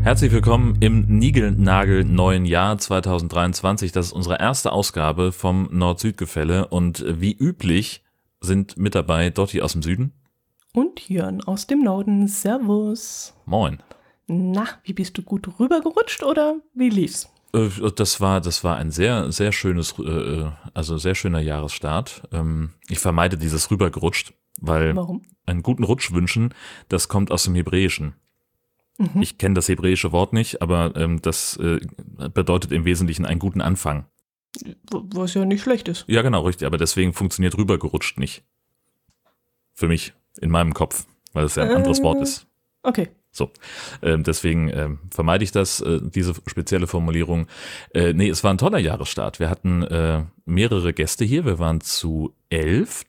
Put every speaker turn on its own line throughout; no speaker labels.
Herzlich willkommen im niegelnagelneuen Jahr 2023. Das ist unsere erste Ausgabe vom Nord-Süd-Gefälle und wie üblich sind mit dabei Dotti aus dem Süden.
Und Jörn aus dem Norden. Servus.
Moin.
Na, wie bist du gut rübergerutscht oder wie lief's?
Das war ein sehr, sehr schönes, sehr schöner Jahresstart. Ich vermeide dieses rübergerutscht, weil
Warum?
einen guten Rutsch wünschen, das kommt aus dem Hebräischen.
Mhm.
Ich kenne das hebräische Wort nicht, aber das bedeutet im Wesentlichen einen guten Anfang.
Was ja nicht schlecht ist.
Ja, genau, richtig. Aber deswegen funktioniert rübergerutscht nicht. Für mich, in meinem Kopf, weil es ja ein anderes Wort ist.
Okay.
So, deswegen vermeide ich das, diese spezielle Formulierung. Nee, es war ein toller Jahresstart. Wir hatten mehrere Gäste hier. Wir waren zu 11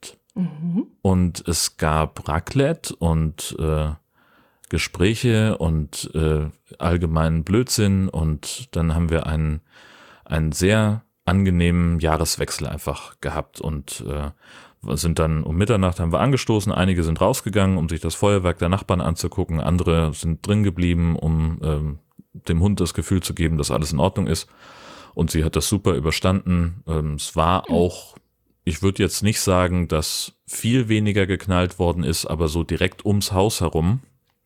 und es gab Raclette und Gespräche und allgemeinen Blödsinn und dann haben wir einen sehr angenehmen Jahreswechsel einfach gehabt und sind dann um Mitternacht haben wir angestoßen, einige sind rausgegangen, um sich das Feuerwerk der Nachbarn anzugucken, andere sind drin geblieben, um dem Hund das Gefühl zu geben, dass alles in Ordnung ist und sie hat das super überstanden. Es war auch, ich würde jetzt nicht sagen, dass viel weniger geknallt worden ist, aber so direkt ums Haus herum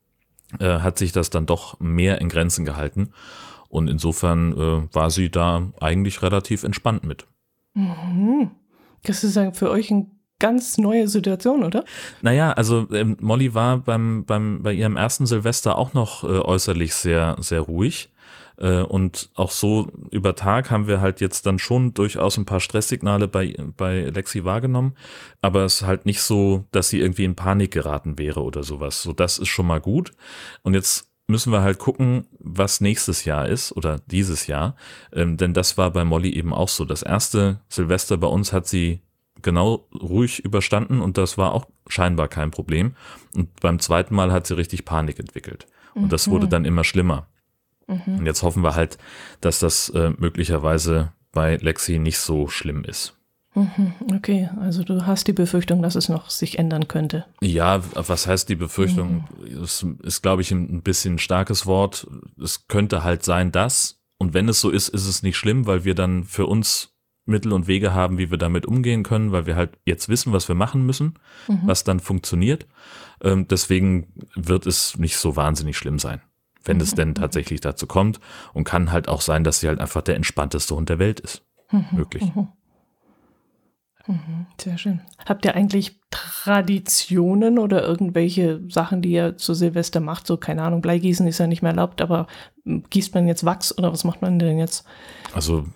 hat sich das dann doch mehr in Grenzen gehalten und insofern war sie da eigentlich relativ entspannt mit.
Mhm. Das ist ja für euch eine ganz neue Situation, oder?
Naja, also Molly war bei ihrem ersten Silvester auch noch äußerlich sehr, sehr ruhig. Und auch so über Tag haben wir halt jetzt dann schon durchaus ein paar Stresssignale bei Lexi wahrgenommen, aber es ist halt nicht so, dass sie irgendwie in Panik geraten wäre oder sowas. So, das ist schon mal gut. Und jetzt müssen wir halt gucken, was nächstes Jahr ist oder dieses Jahr, denn das war bei Molly eben auch so. Das erste Silvester bei uns hat sie genau ruhig überstanden und das war auch scheinbar kein Problem. Und beim zweiten Mal hat sie richtig Panik entwickelt und das wurde dann immer schlimmer. Und jetzt hoffen wir halt, dass das möglicherweise bei Lexi nicht so schlimm ist.
Okay, also du hast die Befürchtung, dass es noch sich ändern könnte.
Ja, was heißt die Befürchtung? Das ist, glaube ich, ein bisschen ein starkes Wort. Es könnte halt sein, dass, und wenn es so ist, ist es nicht schlimm, weil wir dann für uns Mittel und Wege haben, wie wir damit umgehen können, weil wir halt jetzt wissen, was wir machen müssen, was dann funktioniert. Deswegen wird es nicht so wahnsinnig schlimm sein, wenn es denn tatsächlich dazu kommt, und kann halt auch sein, dass sie halt einfach der entspannteste Hund der Welt ist. Möglich.
Sehr schön. Habt ihr eigentlich Traditionen oder irgendwelche Sachen, die ihr zu Silvester macht? So, keine Ahnung, Bleigießen ist ja nicht mehr erlaubt, aber gießt man jetzt Wachs oder was macht man denn jetzt?
Also,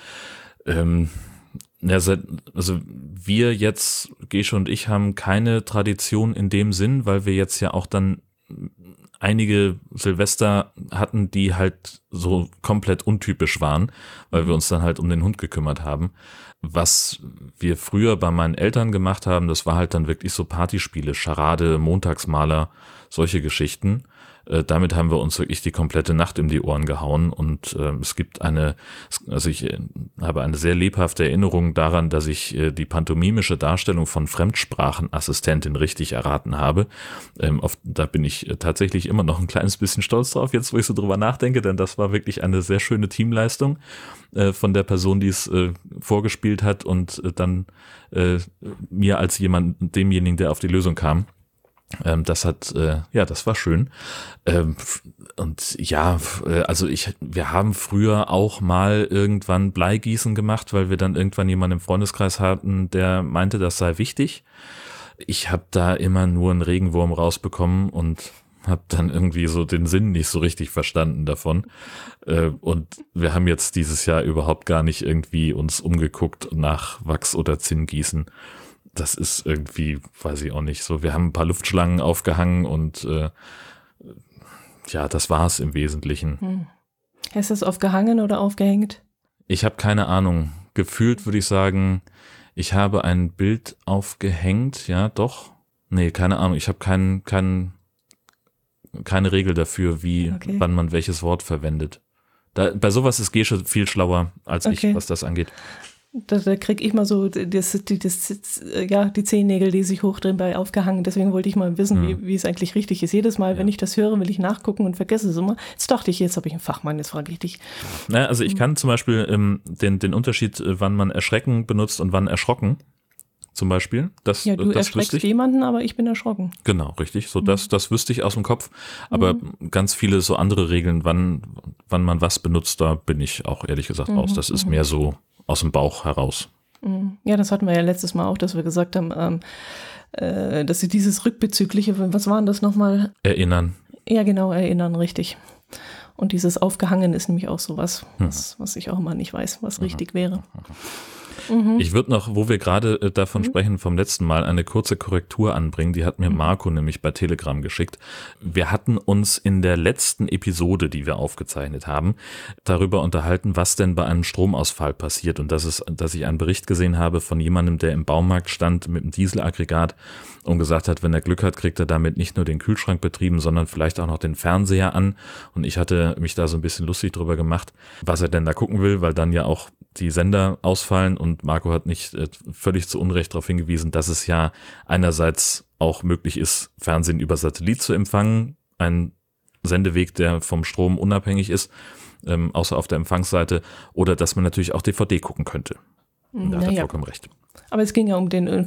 also wir jetzt, Gesche und ich, haben keine Tradition in dem Sinn, weil wir jetzt ja auch dann einige Silvester hatten, die halt so komplett untypisch waren, weil wir uns dann halt um den Hund gekümmert haben. Was wir früher bei meinen Eltern gemacht haben, das war halt dann wirklich so Partyspiele, Charade, Montagsmaler, solche Geschichten. Damit haben wir uns wirklich die komplette Nacht in die Ohren gehauen und es gibt ich habe eine sehr lebhafte Erinnerung daran, dass ich die pantomimische Darstellung von Fremdsprachenassistentin richtig erraten habe. Da bin ich tatsächlich immer noch ein kleines bisschen stolz drauf, jetzt wo ich so drüber nachdenke, denn das war wirklich eine sehr schöne Teamleistung von der Person, die es vorgespielt hat und dann mir als demjenigen, der auf die Lösung kam. Das war schön. Wir haben früher auch mal irgendwann Bleigießen gemacht, weil wir dann irgendwann jemanden im Freundeskreis hatten, der meinte, das sei wichtig. Ich habe da immer nur einen Regenwurm rausbekommen und habe dann irgendwie so den Sinn nicht so richtig verstanden davon. Und wir haben jetzt dieses Jahr überhaupt gar nicht irgendwie uns umgeguckt nach Wachs oder Zinngießen. Das ist irgendwie, weiß ich auch nicht so. Wir haben ein paar Luftschlangen aufgehangen und das war es im Wesentlichen.
Ist das aufgehangen oder aufgehängt?
Ich habe keine Ahnung. Gefühlt würde ich sagen, ich habe ein Bild aufgehängt. Ja, doch. Nee, keine Ahnung. Ich habe keine Regel dafür, wann man welches Wort verwendet. Bei sowas ist Gesche viel schlauer als ich, was das angeht.
Da kriege ich mal so die Zehennägel, die sich hochdrehen bei aufgehangen. Deswegen wollte ich mal wissen, wie es eigentlich richtig ist. Jedes Mal, wenn ich das höre, will ich nachgucken und vergesse es immer. Jetzt dachte ich, jetzt habe ich einen Fachmann, jetzt frage ich dich.
Naja, also ich kann zum Beispiel den Unterschied, wann man erschrecken benutzt und wann erschrocken, zum Beispiel.
Du erschreckst jemanden, aber ich bin erschrocken.
Genau, richtig. So das wüsste ich aus dem Kopf. Aber ganz viele so andere Regeln, wann man was benutzt, da bin ich auch ehrlich gesagt raus. Das ist mehr so aus dem Bauch heraus.
Ja, das hatten wir ja letztes Mal auch, dass wir gesagt haben, dass sie dieses rückbezügliche, was waren das nochmal?
Erinnern.
Ja, genau, erinnern, richtig. Und dieses Aufgehangen ist nämlich auch sowas, was ich auch immer nicht weiß, was richtig wäre.
Ich würde noch, wo wir gerade davon sprechen, vom letzten Mal eine kurze Korrektur anbringen. Die hat mir Marco nämlich bei Telegram geschickt. Wir hatten uns in der letzten Episode, die wir aufgezeichnet haben, darüber unterhalten, was denn bei einem Stromausfall passiert. Und dass ich einen Bericht gesehen habe von jemandem, der im Baumarkt stand mit einem Dieselaggregat und gesagt hat, wenn er Glück hat, kriegt er damit nicht nur den Kühlschrank betrieben, sondern vielleicht auch noch den Fernseher an. Und ich hatte mich da so ein bisschen lustig drüber gemacht, was er denn da gucken will, weil dann ja auch die Sender ausfallen, und Marco hat nicht völlig zu Unrecht darauf hingewiesen, dass es ja einerseits auch möglich ist, Fernsehen über Satellit zu empfangen, ein Sendeweg, der vom Strom unabhängig ist, außer auf der Empfangsseite, oder dass man natürlich auch DVD gucken könnte. Und da hat er vollkommen recht.
Aber es ging ja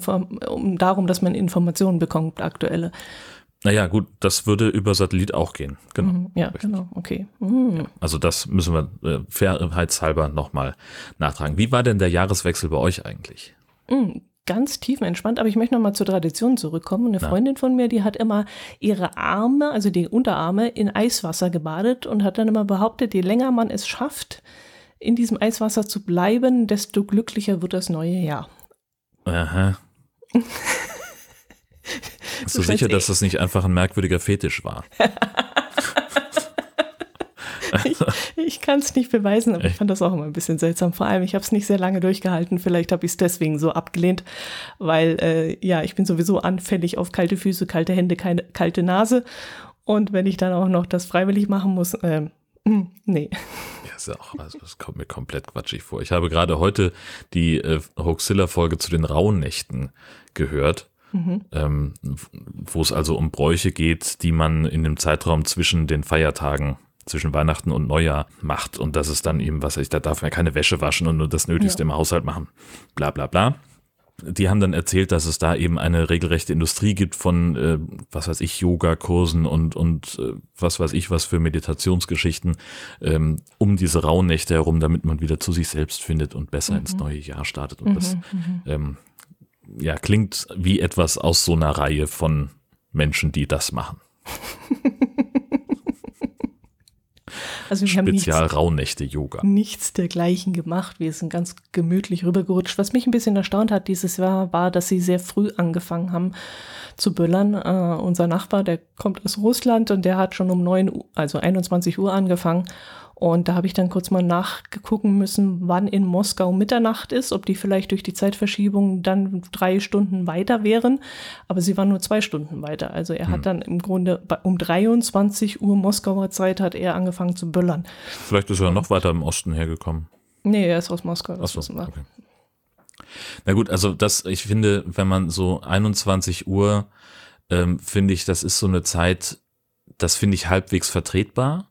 darum, dass man Informationen bekommt, aktuelle.
Naja, gut, das würde über Satellit auch gehen. Genau.
Ja, richtig. Genau, okay.
Ja, also das müssen wir fairheitshalber nochmal nachtragen. Wie war denn der Jahreswechsel bei euch eigentlich?
Ganz tiefenentspannt, aber ich möchte nochmal zur Tradition zurückkommen. Eine Freundin von mir, die hat immer ihre Arme, also die Unterarme, in Eiswasser gebadet und hat dann immer behauptet, je länger man es schafft, in diesem Eiswasser zu bleiben, desto glücklicher wird das neue Jahr.
Aha. Bist du sicher, dass das nicht einfach ein merkwürdiger Fetisch war?
Ich kann es nicht beweisen, aber ich fand das auch immer ein bisschen seltsam. Vor allem, ich habe es nicht sehr lange durchgehalten. Vielleicht habe ich es deswegen so abgelehnt, weil ich bin sowieso anfällig auf kalte Füße, kalte Hände, kalte Nase. Und wenn ich dann auch noch das freiwillig machen muss, nee.
Ja, ist ja auch, also das kommt mir komplett quatschig vor. Ich habe gerade heute die Hoaxilla-Folge zu den Rauhnächten gehört. Wo es also um Bräuche geht, die man in dem Zeitraum zwischen den Feiertagen, zwischen Weihnachten und Neujahr macht, und das ist dann eben, da darf man keine Wäsche waschen und nur das Nötigste im Haushalt machen, bla bla bla. Die haben dann erzählt, dass es da eben eine regelrechte Industrie gibt von, Yoga-Kursen und was weiß ich was für Meditationsgeschichten um diese Rauhnächte herum, damit man wieder zu sich selbst findet und besser ins neue Jahr startet. Und das klingt wie etwas aus so einer Reihe von Menschen, die das machen.
Also wir
Spezial Rauhnächte-Yoga.
Nichts dergleichen gemacht. Wir sind ganz gemütlich rübergerutscht. Was mich ein bisschen erstaunt hat dieses Jahr, war, dass sie sehr früh angefangen haben zu böllern. Unser Nachbar, der kommt aus Russland und der hat schon um 21 Uhr angefangen. Und da habe ich dann kurz mal nachgucken müssen, wann in Moskau Mitternacht ist, ob die vielleicht durch die Zeitverschiebung dann 3 Stunden weiter wären. Aber sie waren nur 2 Stunden weiter. Also er hat dann im Grunde um 23 Uhr Moskauer Zeit hat er angefangen zu böllern.
Vielleicht ist er noch weiter im Osten hergekommen.
Nee, er ist aus Moskau.
Ach so, okay. Na gut, also ich finde, wenn man so 21 Uhr, finde ich, das ist so eine Zeit, das finde ich halbwegs vertretbar.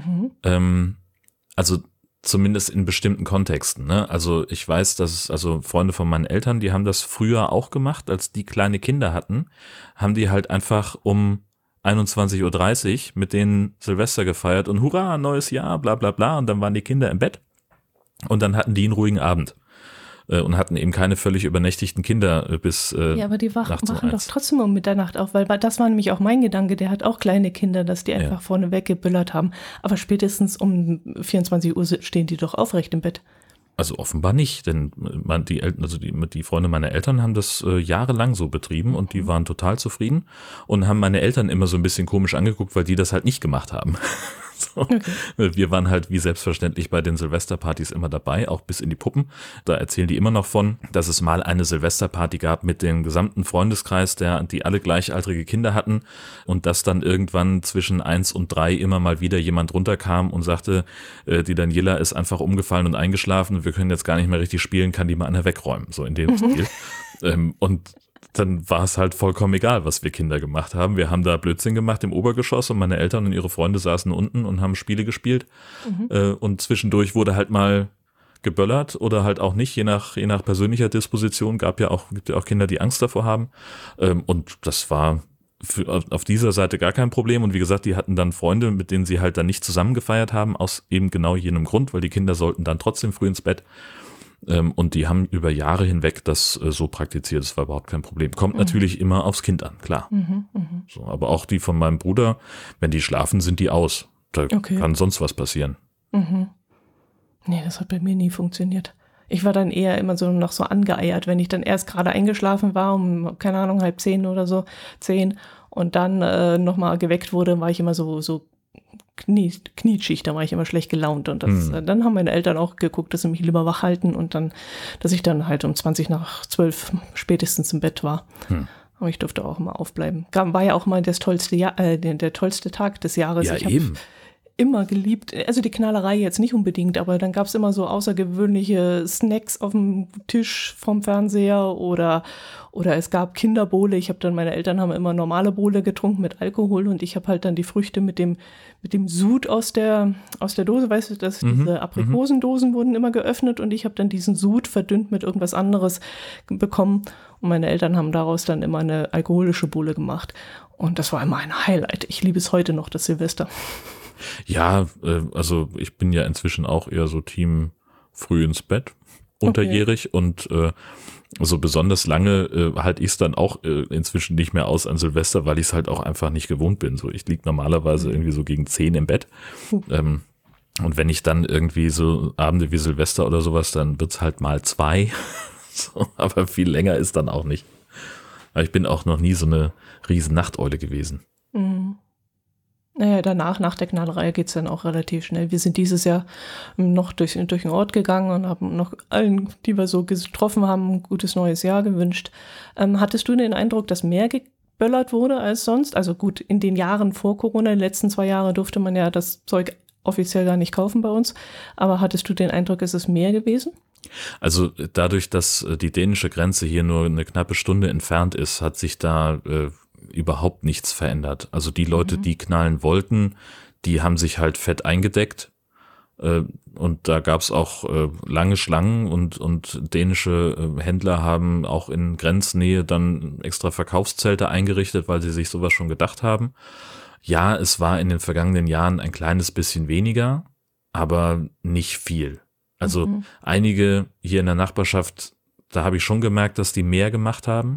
Also zumindest in bestimmten Kontexten. Ne? Also ich weiß, dass Freunde von meinen Eltern, die haben das früher auch gemacht, als die kleine Kinder hatten, haben die halt einfach um 21.30 Uhr mit denen Silvester gefeiert und hurra, neues Jahr, bla bla bla, und dann waren die Kinder im Bett und dann hatten die einen ruhigen Abend. Und hatten eben keine völlig übernächtigten Kinder bis
ja, aber die wachen doch trotzdem um Mitternacht auf, weil das war nämlich auch mein Gedanke, der hat auch kleine Kinder, dass die einfach vorne weggebüllert haben. Aber spätestens um 24 Uhr stehen die doch aufrecht im Bett.
Also offenbar nicht, denn die Freunde meiner Eltern haben das jahrelang so betrieben und die waren total zufrieden und haben meine Eltern immer so ein bisschen komisch angeguckt, weil die das halt nicht gemacht haben. So. Okay. Wir waren halt wie selbstverständlich bei den Silvesterpartys immer dabei, auch bis in die Puppen. Da erzählen die immer noch von, dass es mal eine Silvesterparty gab mit dem gesamten Freundeskreis, die alle gleichaltrige Kinder hatten und dass dann irgendwann zwischen 1 und 3 immer mal wieder jemand runterkam und sagte, die Daniela ist einfach umgefallen und eingeschlafen und wir können jetzt gar nicht mehr richtig spielen, kann die mal einer wegräumen, so in dem Stil. Und dann war es halt vollkommen egal, was wir Kinder gemacht haben. Wir haben da Blödsinn gemacht im Obergeschoss und meine Eltern und ihre Freunde saßen unten und haben Spiele gespielt. Und zwischendurch wurde halt mal geböllert oder halt auch nicht, je nach persönlicher Disposition. Gibt ja auch Kinder, die Angst davor haben. Und das war auf dieser Seite gar kein Problem. Und wie gesagt, die hatten dann Freunde, mit denen sie halt dann nicht zusammen gefeiert haben, aus eben genau jenem Grund, weil die Kinder sollten dann trotzdem früh ins Bett. Und die haben über Jahre hinweg das so praktiziert, das war überhaupt kein Problem. Kommt natürlich immer aufs Kind an, klar. So, aber auch die von meinem Bruder, wenn die schlafen, sind die aus. Da kann sonst was passieren.
Nee, das hat bei mir nie funktioniert. Ich war dann eher immer so noch so angeeiert, wenn ich dann erst gerade eingeschlafen war, um, keine Ahnung, 9:30 oder so, 10 und dann nochmal geweckt wurde, war ich immer so knietschig, da war ich immer schlecht gelaunt und dann haben meine Eltern auch geguckt, dass sie mich lieber wach halten und dann, dass ich dann halt um 20:20 spätestens im Bett war. Aber ich durfte auch immer aufbleiben. War ja auch mal der tollste Tag des Jahres.
Ja,
ich habe immer geliebt, also die Knallerei jetzt nicht unbedingt, aber dann gab es immer so außergewöhnliche Snacks auf dem Tisch vom Fernseher oder es gab Kinderbowle. Meine Eltern haben immer normale Bowle getrunken mit Alkohol und ich habe halt dann die Früchte mit dem Sud aus der Dose, weißt du, diese Aprikosendosen wurden immer geöffnet und ich habe dann diesen Sud verdünnt mit irgendwas anderes bekommen und meine Eltern haben daraus dann immer eine alkoholische Bowle gemacht und das war immer ein Highlight. Ich liebe es heute noch, das Silvester.
Ja, also ich bin ja inzwischen auch eher so Team früh ins Bett, unterjährig und so besonders lange halte ich es dann auch inzwischen nicht mehr aus an Silvester, weil ich es halt auch einfach nicht gewohnt bin. So, ich liege normalerweise irgendwie so gegen 10 im Bett und wenn ich dann irgendwie so Abende wie Silvester oder sowas, dann wird's halt mal 2, so, aber viel länger ist dann auch nicht. Aber ich bin auch noch nie so eine riesen Nachteule gewesen.
Naja, nach der Knallerei geht es dann auch relativ schnell. Wir sind dieses Jahr noch durch den Ort gegangen und haben noch allen, die wir so getroffen haben, ein gutes neues Jahr gewünscht. Hattest du den Eindruck, dass mehr geböllert wurde als sonst? Also gut, in den Jahren vor Corona, die letzten 2 Jahre durfte man ja das Zeug offiziell gar nicht kaufen bei uns. Aber hattest du den Eindruck, ist es mehr gewesen?
Also dadurch, dass die dänische Grenze hier nur eine knappe Stunde entfernt ist, hat sich da überhaupt nichts verändert. Also die Leute, die knallen wollten, die haben sich halt fett eingedeckt und da gab es auch lange Schlangen und dänische Händler haben auch in Grenznähe dann extra Verkaufszelte eingerichtet, weil sie sich sowas schon gedacht haben. Ja, es war in den vergangenen Jahren ein kleines bisschen weniger, aber nicht viel. Also einige hier in der Nachbarschaft, da habe ich schon gemerkt, dass die mehr gemacht haben,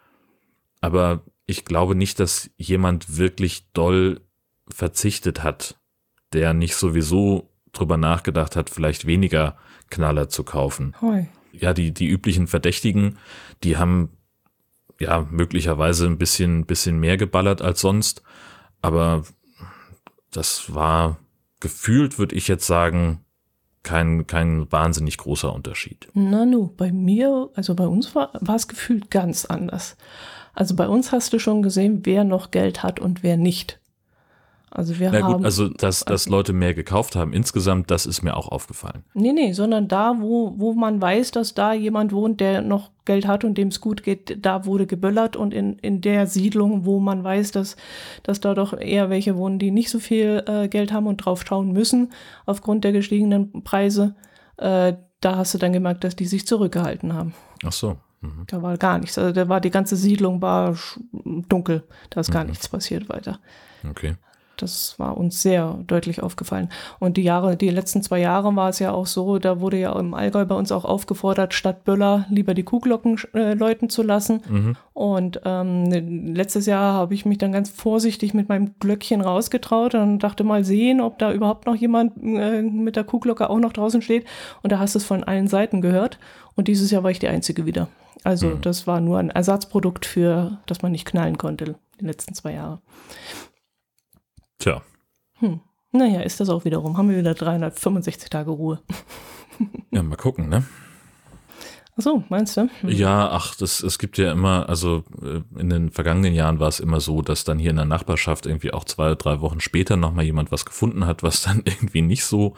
aber ich glaube nicht, dass jemand wirklich doll verzichtet hat, der nicht sowieso drüber nachgedacht hat, vielleicht weniger Knaller zu kaufen.
Hoi.
Ja, die üblichen Verdächtigen, die haben ja möglicherweise ein bisschen mehr geballert als sonst, aber das war gefühlt, würde ich jetzt sagen, kein wahnsinnig großer Unterschied.
Na nu, bei uns war es gefühlt ganz anders. Also bei uns hast du schon gesehen, wer noch Geld hat und wer nicht. Also
dass Leute mehr gekauft haben insgesamt, das ist mir auch aufgefallen.
Nee, sondern da, wo man weiß, dass da jemand wohnt, der noch Geld hat und dem es gut geht, da wurde geböllert und in der Siedlung, wo man weiß, dass da doch eher welche wohnen, die nicht so viel Geld haben und drauf schauen müssen aufgrund der gestiegenen Preise, da hast du dann gemerkt, dass die sich zurückgehalten haben.
Ach so.
Da war gar nichts. Also die ganze Siedlung war dunkel. Da ist gar nichts passiert weiter.
Okay.
Das war uns sehr deutlich aufgefallen. Und die letzten 2 Jahre war es ja auch so, da wurde ja im Allgäu bei uns auch aufgefordert, statt Böller lieber die Kuhglocken läuten zu lassen. Und letztes Jahr habe ich mich dann ganz vorsichtig mit meinem Glöckchen rausgetraut und dachte mal sehen, ob da überhaupt noch jemand mit der Kuhglocke auch noch draußen steht. Und da hast du es von allen Seiten gehört. Und dieses Jahr war ich die Einzige wieder. Also das war nur ein Ersatzprodukt dass man nicht knallen konnte, die letzten 2 Jahre.
Tja.
Naja, ist das auch wiederum. Haben wir wieder 365 Tage Ruhe.
Ja, mal gucken, ne?
Ach so, meinst du?
Ja, es gibt ja immer, also in den vergangenen Jahren war es immer so, dass dann hier in der Nachbarschaft irgendwie auch 2 oder 3 Wochen später nochmal jemand was gefunden hat, was dann irgendwie nicht so,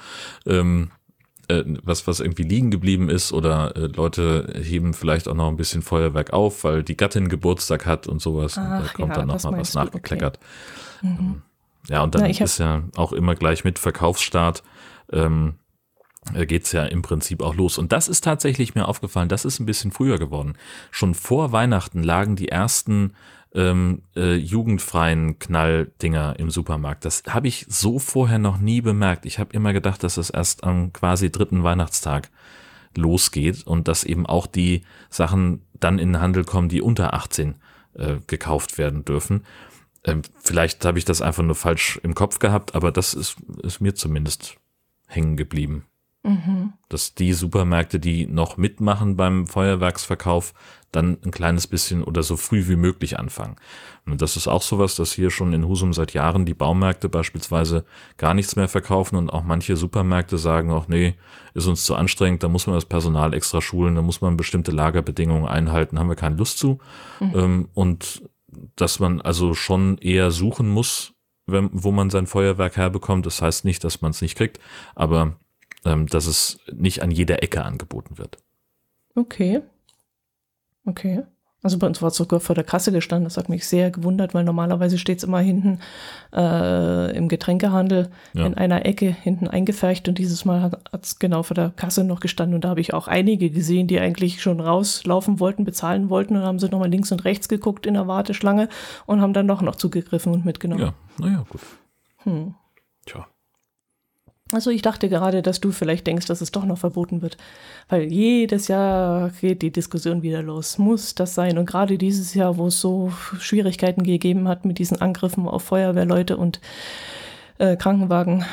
was irgendwie liegen geblieben ist, oder Leute heben vielleicht auch noch ein bisschen Feuerwerk auf, weil die Gattin Geburtstag hat und sowas, und da kommt dann nochmal was nachgekleckert. Okay. Ja, und dann ist ja auch immer gleich mit Verkaufsstart, geht's ja im Prinzip auch los. Und das ist tatsächlich mir aufgefallen, das ist ein bisschen früher geworden. Schon vor Weihnachten lagen die ersten jugendfreien Knalldinger im Supermarkt. Das habe ich so vorher noch nie bemerkt. Ich habe immer gedacht, dass es erst am quasi 3. Weihnachtstag losgeht und dass eben auch die Sachen dann in den Handel kommen, die unter 18 gekauft werden dürfen. Vielleicht habe ich das einfach nur falsch im Kopf gehabt, aber das ist mir zumindest hängen geblieben. Mhm. Dass die Supermärkte, die noch mitmachen beim Feuerwerksverkauf, dann ein kleines bisschen oder so früh wie möglich anfangen. Und das ist auch sowas, dass hier schon in Husum seit Jahren die Baumärkte beispielsweise gar nichts mehr verkaufen und auch manche Supermärkte sagen auch, nee, ist uns zu anstrengend, da muss man das Personal extra schulen, da muss man bestimmte Lagerbedingungen einhalten, haben wir keine Lust zu. Mhm. Und dass man also schon eher suchen muss, wo man sein Feuerwerk herbekommt. Das heißt nicht, dass man es nicht kriegt, aber dass es nicht an jeder Ecke angeboten wird.
Okay. Also bei uns war es sogar vor der Kasse gestanden. Das hat mich sehr gewundert, weil normalerweise steht es immer hinten im Getränkehandel in einer Ecke hinten eingefärcht, und dieses Mal hat es genau vor der Kasse noch gestanden, und da habe ich auch einige gesehen, die eigentlich schon rauslaufen wollten, bezahlen wollten, und haben sie nochmal links und rechts geguckt in der Warteschlange und haben dann doch noch zugegriffen und mitgenommen.
Ja, naja, gut. Tja.
Also ich dachte gerade, dass du vielleicht denkst, dass es doch noch verboten wird, weil jedes Jahr geht die Diskussion wieder los. Muss das sein? Und gerade dieses Jahr, wo es so Schwierigkeiten gegeben hat mit diesen Angriffen auf Feuerwehrleute und Krankenwagen,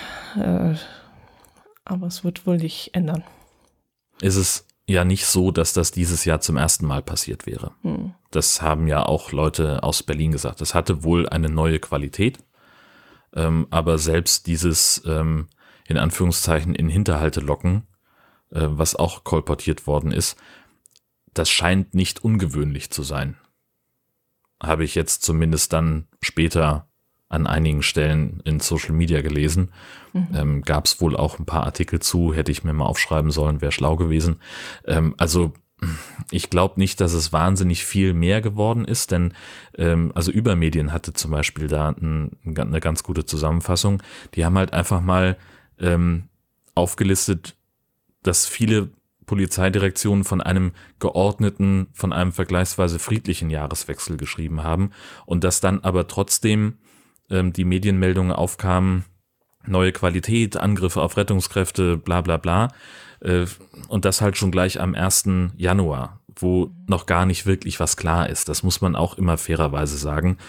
aber es wird wohl nicht ändern.
Ist es ja nicht so, dass das dieses Jahr zum ersten Mal passiert wäre. Das haben ja auch Leute aus Berlin gesagt. Das hatte wohl eine neue Qualität, aber selbst dieses in Anführungszeichen in Hinterhalte locken, was auch kolportiert worden ist, das scheint nicht ungewöhnlich zu sein. Habe ich jetzt zumindest dann später an einigen Stellen in Social Media gelesen. Gab es wohl auch ein paar Artikel zu, hätte ich mir mal aufschreiben sollen, wäre schlau gewesen. Also ich glaube nicht, dass es wahnsinnig viel mehr geworden ist, denn also Übermedien hatte zum Beispiel da eine ganz gute Zusammenfassung. Die haben halt einfach mal aufgelistet, dass viele Polizeidirektionen von einem geordneten, von einem vergleichsweise friedlichen Jahreswechsel geschrieben haben und dass dann aber trotzdem die Medienmeldungen aufkamen, neue Qualität, Angriffe auf Rettungskräfte, bla bla bla, und das halt schon gleich am 1. Januar, wo noch gar nicht wirklich was klar ist. Das muss man auch immer fairerweise sagen.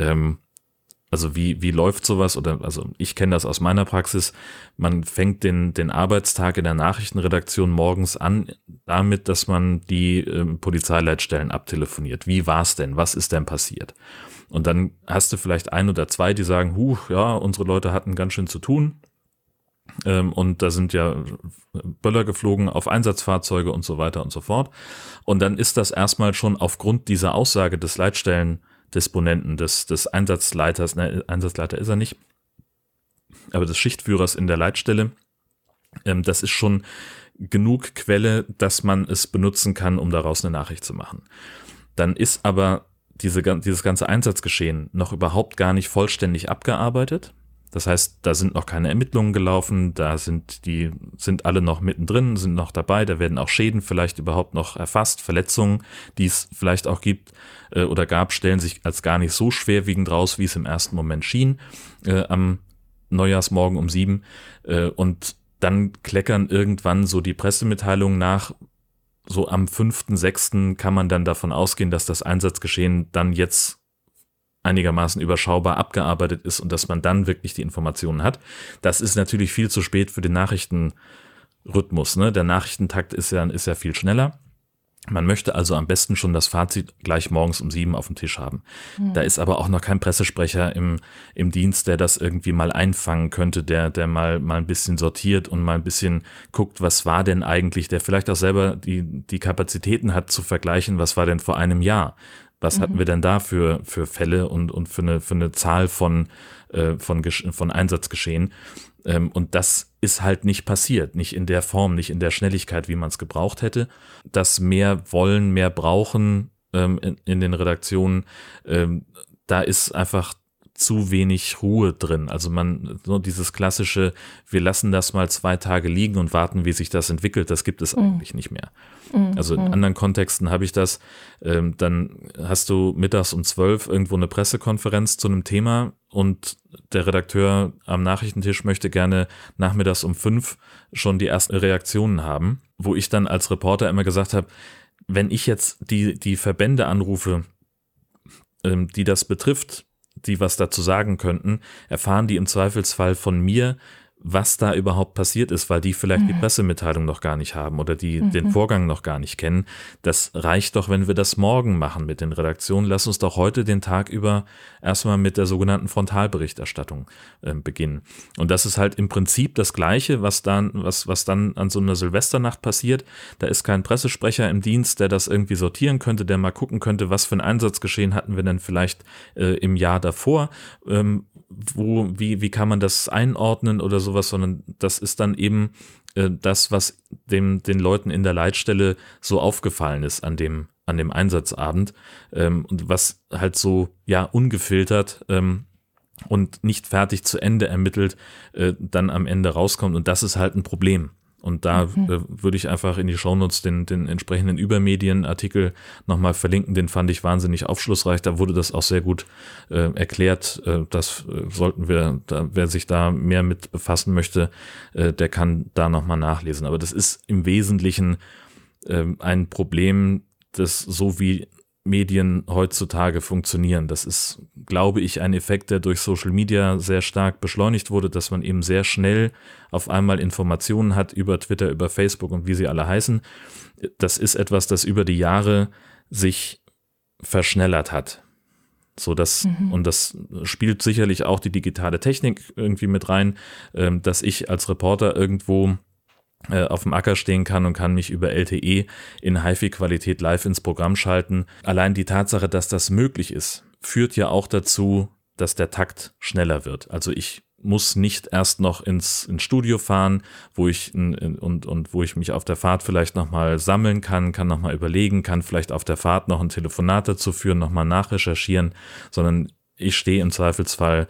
Also wie läuft sowas? Oder also ich kenne das aus meiner Praxis. Man fängt den Arbeitstag in der Nachrichtenredaktion morgens an damit, dass man die Polizeileitstellen abtelefoniert. Wie war's denn? Was ist denn passiert? Und dann hast du vielleicht 1 oder 2, die sagen, ja, unsere Leute hatten ganz schön zu tun. Und da sind ja Böller geflogen auf Einsatzfahrzeuge und so weiter und so fort. Und dann ist das erstmal schon aufgrund dieser Aussage des Leitstellendisponenten, des Einsatzleiters, Einsatzleiter ist er nicht, aber des Schichtführers in der Leitstelle, das ist schon genug Quelle, dass man es benutzen kann, um daraus eine Nachricht zu machen. Dann ist aber dieses ganze Einsatzgeschehen noch überhaupt gar nicht vollständig abgearbeitet. Das heißt, da sind noch keine Ermittlungen gelaufen, da sind alle noch mittendrin, sind noch dabei, da werden auch Schäden vielleicht überhaupt noch erfasst, Verletzungen, die es vielleicht auch gibt oder gab, stellen sich als gar nicht so schwerwiegend raus, wie es im ersten Moment schien, am Neujahrsmorgen um 7. Und dann kleckern irgendwann so die Pressemitteilungen nach. So am 5., 6. kann man dann davon ausgehen, dass das Einsatzgeschehen dann jetzt einigermaßen überschaubar abgearbeitet ist und dass man dann wirklich die Informationen hat. Das ist natürlich viel zu spät für den Nachrichtenrhythmus, ne? Der Nachrichtentakt ist ja viel schneller. Man möchte also am besten schon das Fazit gleich morgens um 7 auf dem Tisch haben. Da ist aber auch noch kein Pressesprecher im Dienst, der das irgendwie mal einfangen könnte, der mal ein bisschen sortiert und mal ein bisschen guckt, was war denn eigentlich, der vielleicht auch selber die Kapazitäten hat zu vergleichen, was war denn vor einem Jahr. Was hatten wir denn da für Fälle und für eine Zahl von Einsatzgeschehen? Und das ist halt nicht passiert, nicht in der Form, nicht in der Schnelligkeit, wie man es gebraucht hätte. Das mehr wollen, mehr brauchen in den Redaktionen, da ist einfach zu wenig Ruhe drin. Also so dieses klassische, wir lassen das mal 2 Tage liegen und warten, wie sich das entwickelt, das gibt es eigentlich nicht mehr. Also in anderen Kontexten habe ich das, dann hast du mittags um 12 irgendwo eine Pressekonferenz zu einem Thema und der Redakteur am Nachrichtentisch möchte gerne nachmittags um 5 schon die ersten Reaktionen haben, wo ich dann als Reporter immer gesagt habe, wenn ich jetzt die Verbände anrufe, die das betrifft, die was dazu sagen könnten, erfahren die im Zweifelsfall von mir, was da überhaupt passiert ist, weil die vielleicht die Pressemitteilung noch gar nicht haben oder den Vorgang noch gar nicht kennen. Das reicht doch, wenn wir das morgen machen mit den Redaktionen. Lass uns doch heute den Tag über erstmal mit der sogenannten Frontalberichterstattung beginnen. Und das ist halt im Prinzip das Gleiche, was dann an so einer Silvesternacht passiert. Da ist kein Pressesprecher im Dienst, der das irgendwie sortieren könnte, der mal gucken könnte, was für ein Einsatzgeschehen hatten wir denn vielleicht im Jahr davor, wie kann man das einordnen oder sowas, sondern das ist dann eben das, was den Leuten in der Leitstelle so aufgefallen ist an dem Einsatzabend und was halt so ungefiltert und nicht fertig zu Ende ermittelt dann am Ende rauskommt und das ist halt ein Problem. Und da würde ich einfach in die Shownotes den entsprechenden Übermedienartikel nochmal verlinken. Den fand ich wahnsinnig aufschlussreich. Da wurde das auch sehr gut erklärt. Das sollten wir, wer sich da mehr mit befassen möchte, der kann da nochmal nachlesen. Aber das ist im Wesentlichen ein Problem, das so wie Medien heutzutage funktionieren. Das ist, glaube ich, ein Effekt, der durch Social Media sehr stark beschleunigt wurde, dass man eben sehr schnell auf einmal Informationen hat über Twitter, über Facebook und wie sie alle heißen. Das ist etwas, das über die Jahre sich verschnellert hat. So und das spielt sicherlich auch die digitale Technik irgendwie mit rein, dass ich als Reporter irgendwo auf dem Acker stehen kann und kann mich über LTE in HiFi-Qualität live ins Programm schalten. Allein die Tatsache, dass das möglich ist, führt ja auch dazu, dass der Takt schneller wird. Also ich muss nicht erst noch ins Studio fahren, wo ich wo ich mich auf der Fahrt vielleicht nochmal sammeln kann nochmal überlegen, kann vielleicht auf der Fahrt noch ein Telefonat dazu führen, nochmal nachrecherchieren, sondern ich stehe im Zweifelsfall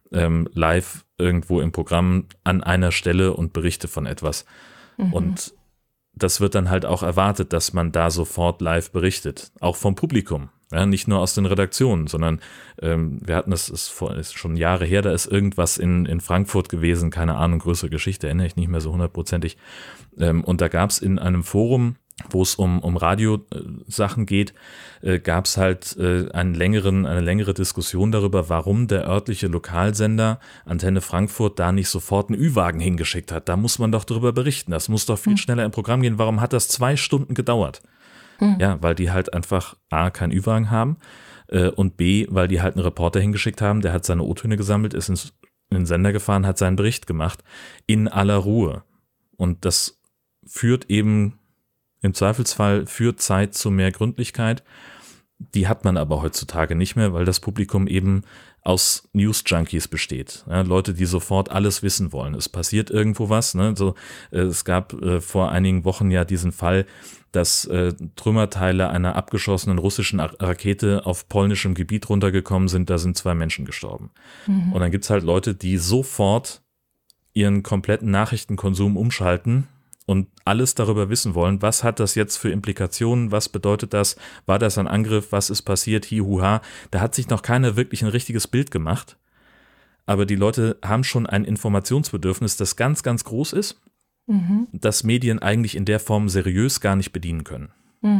live irgendwo im Programm an einer Stelle und berichte von etwas. Und das wird dann halt auch erwartet, dass man da sofort live berichtet, auch vom Publikum, ja, nicht nur aus den Redaktionen, sondern wir hatten ist schon Jahre her, da ist irgendwas in Frankfurt gewesen, keine Ahnung, größere Geschichte, erinnere ich nicht mehr so hundertprozentig. Und da gab es in einem Forum, wo es um Radiosachen geht, gab es halt eine längere Diskussion darüber, warum der örtliche Lokalsender Antenne Frankfurt da nicht sofort einen Ü-Wagen hingeschickt hat. Da muss man doch darüber berichten. Das muss doch viel schneller im Programm gehen. Warum hat das 2 Stunden gedauert? Ja, weil die halt einfach A, keinen Ü-Wagen haben und B, weil die halt einen Reporter hingeschickt haben, der hat seine O-Töne gesammelt, ist in den Sender gefahren, hat seinen Bericht gemacht, in aller Ruhe. Und das führt eben im Zweifelsfall führt Zeit zu mehr Gründlichkeit. Die hat man aber heutzutage nicht mehr, weil das Publikum eben aus News-Junkies besteht. Ja, Leute, die sofort alles wissen wollen. Es passiert irgendwo was. Ne? Es gab vor einigen Wochen ja diesen Fall, dass Trümmerteile einer abgeschossenen russischen Rakete auf polnischem Gebiet runtergekommen sind. Da sind 2 Menschen gestorben. Und dann gibt es halt Leute, die sofort ihren kompletten Nachrichtenkonsum umschalten und alles darüber wissen wollen, was hat das jetzt für Implikationen, was bedeutet das, war das ein Angriff, was ist passiert, hihuha. Da hat sich noch keiner wirklich ein richtiges Bild gemacht, aber die Leute haben schon ein Informationsbedürfnis, das ganz, ganz groß ist, das Medien eigentlich in der Form seriös gar nicht bedienen können.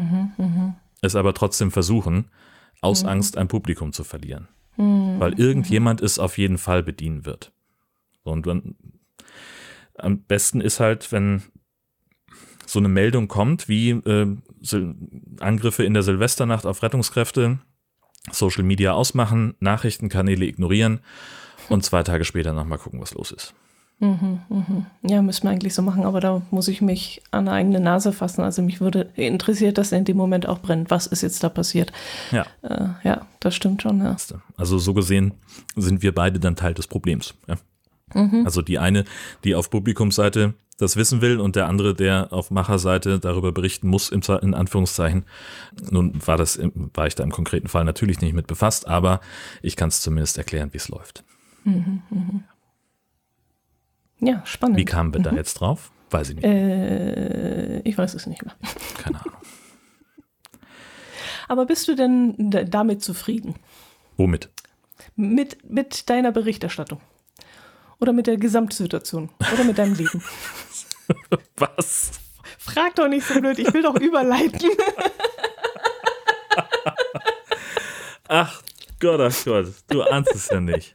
Es aber trotzdem versuchen, aus Angst ein Publikum zu verlieren, weil irgendjemand es auf jeden Fall bedienen wird. Und am besten ist halt, wenn so eine Meldung kommt, wie Angriffe in der Silvesternacht auf Rettungskräfte, Social Media ausmachen, Nachrichtenkanäle ignorieren und 2 Tage später nochmal gucken, was los ist.
Ja, müssen wir eigentlich so machen, aber da muss ich mich an eine eigene Nase fassen. Also mich würde interessiert, dass in dem Moment auch brennt. Was ist jetzt da passiert?
Ja.
Ja, das stimmt schon. Ja.
Also so gesehen sind wir beide dann Teil des Problems. Ja. Also die eine, die auf Publikumsseite das wissen will und der andere, der auf Macherseite darüber berichten muss, in Anführungszeichen. Nun war ich da im konkreten Fall natürlich nicht mit befasst, aber ich kann es zumindest erklären, wie es läuft.
Ja, spannend.
Wie kamen wir da jetzt drauf? Weiß ich nicht.
Ich weiß es nicht mehr.
Keine Ahnung.
Aber bist du denn damit zufrieden?
Womit?
Mit deiner Berichterstattung? Oder mit der Gesamtsituation? Oder mit deinem Leben?
Was?
Frag doch nicht so blöd, ich will doch überleiten.
Ach Gott, du ahnst es ja nicht.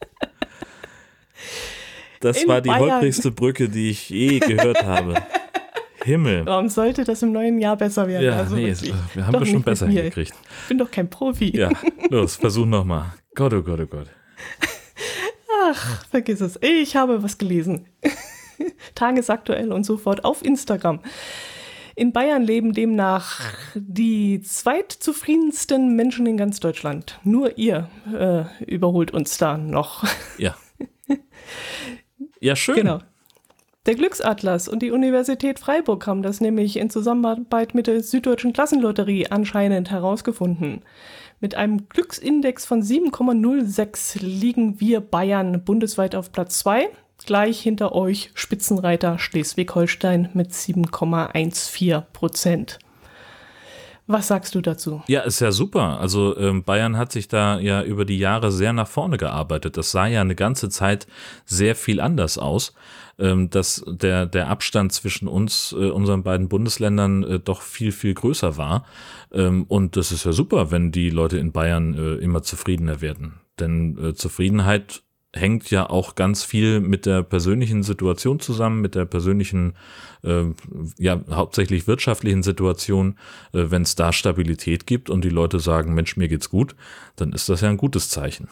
Das war die holprigste Brücke, die ich je gehört habe. Himmel.
Warum sollte das im neuen Jahr besser werden?
Ja, also wir haben das schon besser hingekriegt.
Ich bin doch kein Profi.
Ja, los, versuch nochmal. Gott, oh Gott, oh Gott.
Ach, vergiss es. Ich habe was gelesen. Tagesaktuell und so fort auf Instagram. In Bayern leben demnach die zweitzufriedensten Menschen in ganz Deutschland. Nur ihr überholt uns da noch.
Ja. Ja, schön.
Genau. Der Glücksatlas und die Universität Freiburg haben das nämlich in Zusammenarbeit mit der Süddeutschen Klassenlotterie anscheinend herausgefunden. Mit einem Glücksindex von 7,06 liegen wir Bayern bundesweit auf Platz 2. Gleich hinter euch Spitzenreiter Schleswig-Holstein mit 7,14%. Was sagst du dazu?
Ja, ist ja super. Also Bayern hat sich da ja über die Jahre sehr nach vorne gearbeitet. Das sah ja eine ganze Zeit sehr viel anders aus, dass der Abstand zwischen uns, unseren beiden Bundesländern, doch viel, viel größer war. Und das ist ja super, wenn die Leute in Bayern immer zufriedener werden. Denn Zufriedenheit hängt ja auch ganz viel mit der persönlichen Situation zusammen, mit der persönlichen, hauptsächlich wirtschaftlichen Situation. Wenn es da Stabilität gibt und die Leute sagen, Mensch, mir geht's gut, dann ist das ja ein gutes Zeichen.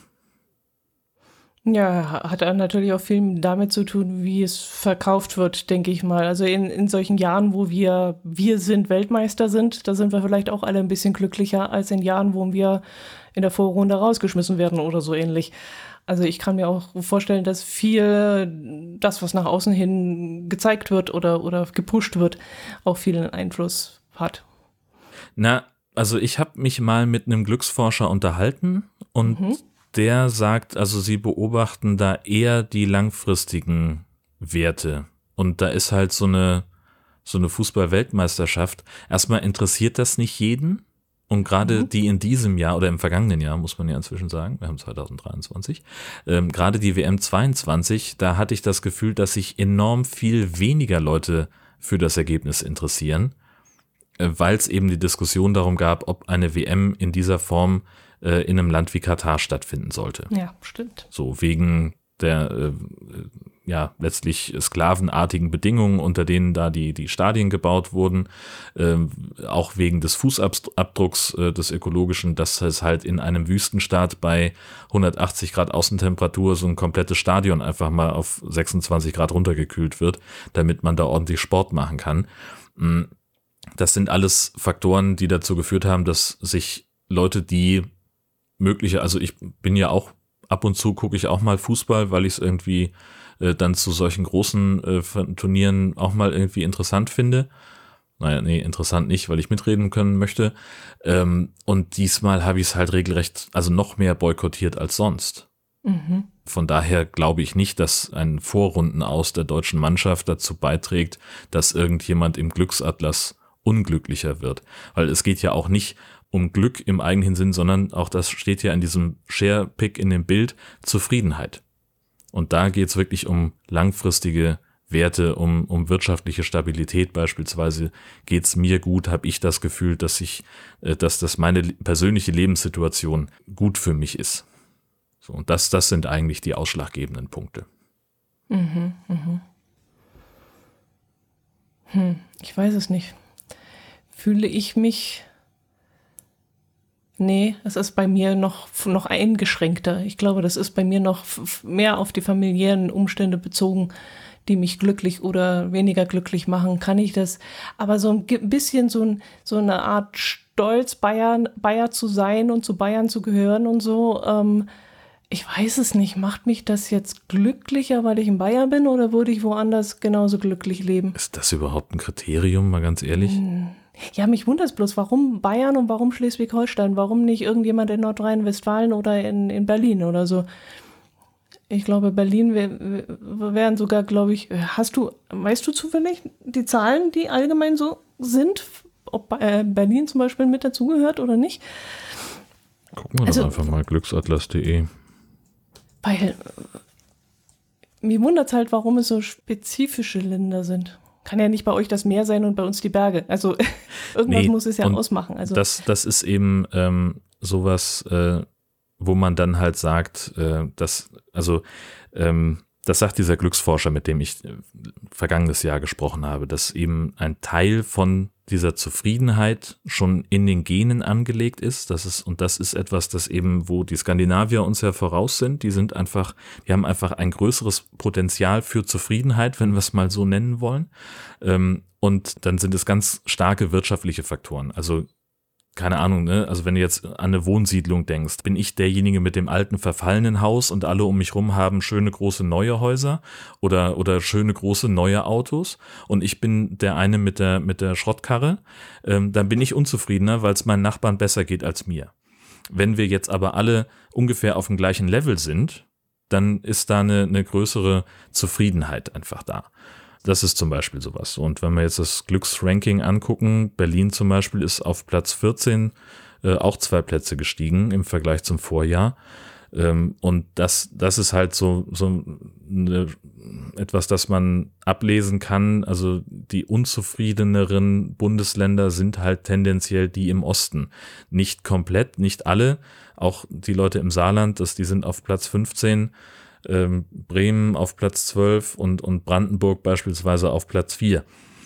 Ja, hat natürlich auch viel damit zu tun, wie es verkauft wird, denke ich mal. Also in solchen Jahren, wo wir sind Weltmeister sind, da sind wir vielleicht auch alle ein bisschen glücklicher als in Jahren, wo wir in der Vorrunde rausgeschmissen werden oder so ähnlich. Also ich kann mir auch vorstellen, dass viel das, was nach außen hin gezeigt wird oder gepusht wird, auch viel Einfluss hat.
Na, also ich habe mich mal mit einem Glücksforscher unterhalten und der sagt, also sie beobachten da eher die langfristigen Werte. Und da ist halt so eine Fußball-Weltmeisterschaft. Erstmal interessiert das nicht jeden. Und gerade die in diesem Jahr oder im vergangenen Jahr, muss man ja inzwischen sagen, wir haben 2023, gerade die WM 22, da hatte ich das Gefühl, dass sich enorm viel weniger Leute für das Ergebnis interessieren, weil es eben die Diskussion darum gab, ob eine WM in dieser Form in einem Land wie Katar stattfinden sollte.
Ja, stimmt.
So wegen der letztlich sklavenartigen Bedingungen, unter denen da die Stadien gebaut wurden, auch wegen des Fußabdrucks des ökologischen, dass es halt in einem Wüstenstaat bei 180 Grad Außentemperatur so ein komplettes Stadion einfach mal auf 26 Grad runtergekühlt wird, damit man da ordentlich Sport machen kann. Das sind alles Faktoren, die dazu geführt haben, dass sich Leute, die also ich bin ja auch ab und zu gucke ich auch mal Fußball, weil ich es irgendwie dann zu solchen großen Turnieren auch mal irgendwie interessant finde. Naja, nee, interessant nicht, weil ich mitreden können möchte. Und diesmal habe ich es halt regelrecht, also noch mehr boykottiert als sonst. Von daher glaube ich nicht, dass ein Vorrundenaus der deutschen Mannschaft dazu beiträgt, dass irgendjemand im Glücksatlas unglücklicher wird. Weil es geht ja auch nicht um Glück im eigentlichen Sinn, sondern auch das steht ja in diesem Share-Pick in dem Bild, Zufriedenheit. Und da geht es wirklich um langfristige Werte, um wirtschaftliche Stabilität beispielsweise. Geht es mir gut, habe ich das Gefühl, dass das meine persönliche Lebenssituation gut für mich ist. So, und das sind eigentlich die ausschlaggebenden Punkte.
Ich weiß es nicht. Fühle ich mich... Nee, es ist bei mir noch eingeschränkter. Ich glaube, das ist bei mir noch mehr auf die familiären Umstände bezogen, die mich glücklich oder weniger glücklich machen. Kann ich das? Aber so ein bisschen so eine Art Stolz, Bayer zu sein und zu Bayern zu gehören und so. Ich weiß es nicht. Macht mich das jetzt glücklicher, weil ich ein Bayer bin, oder würde ich woanders genauso glücklich leben?
Ist das überhaupt ein Kriterium, mal ganz ehrlich?
Ja, mich wundert es bloß, warum Bayern und warum Schleswig-Holstein? Warum nicht irgendjemand in Nordrhein-Westfalen oder in Berlin oder so? Ich glaube, Berlin wären sogar, glaube ich, weißt du zufällig die Zahlen, die allgemein so sind? Ob Berlin zum Beispiel mit dazugehört oder nicht?
Gucken wir doch einfach mal glücksatlas.de.
Weil mir wundert es halt, warum es so spezifische Länder sind. Kann ja nicht bei euch das Meer sein und bei uns die Berge. Also irgendwas muss es ja ausmachen. Also
das ist eben sowas, wo man dann halt sagt, das sagt dieser Glücksforscher, mit dem ich vergangenes Jahr gesprochen habe, dass eben ein Teil von dieser Zufriedenheit schon in den Genen angelegt ist. Das ist etwas, das eben, wo die Skandinavier uns ja voraus sind. Die haben einfach ein größeres Potenzial für Zufriedenheit, wenn wir es mal so nennen wollen. Und dann sind es ganz starke wirtschaftliche Faktoren. Also keine Ahnung, ne? Also wenn du jetzt an eine Wohnsiedlung denkst, bin ich derjenige mit dem alten verfallenen Haus und alle um mich rum haben schöne große neue Häuser oder schöne große neue Autos und ich bin der eine mit der Schrottkarre, dann bin ich unzufriedener, weil es meinen Nachbarn besser geht als mir. Wenn wir jetzt aber alle ungefähr auf dem gleichen Level sind, dann ist da eine größere Zufriedenheit einfach da. Das ist zum Beispiel sowas. Und wenn wir jetzt das Glücksranking angucken, Berlin zum Beispiel ist auf Platz 14 auch 2 Plätze gestiegen im Vergleich zum Vorjahr. Und das ist halt so etwas, das man ablesen kann. Also die unzufriedeneren Bundesländer sind halt tendenziell die im Osten. Nicht komplett, nicht alle. Auch die Leute im Saarland, die sind auf Platz 15. Bremen auf Platz 12 und Brandenburg beispielsweise auf Platz 4.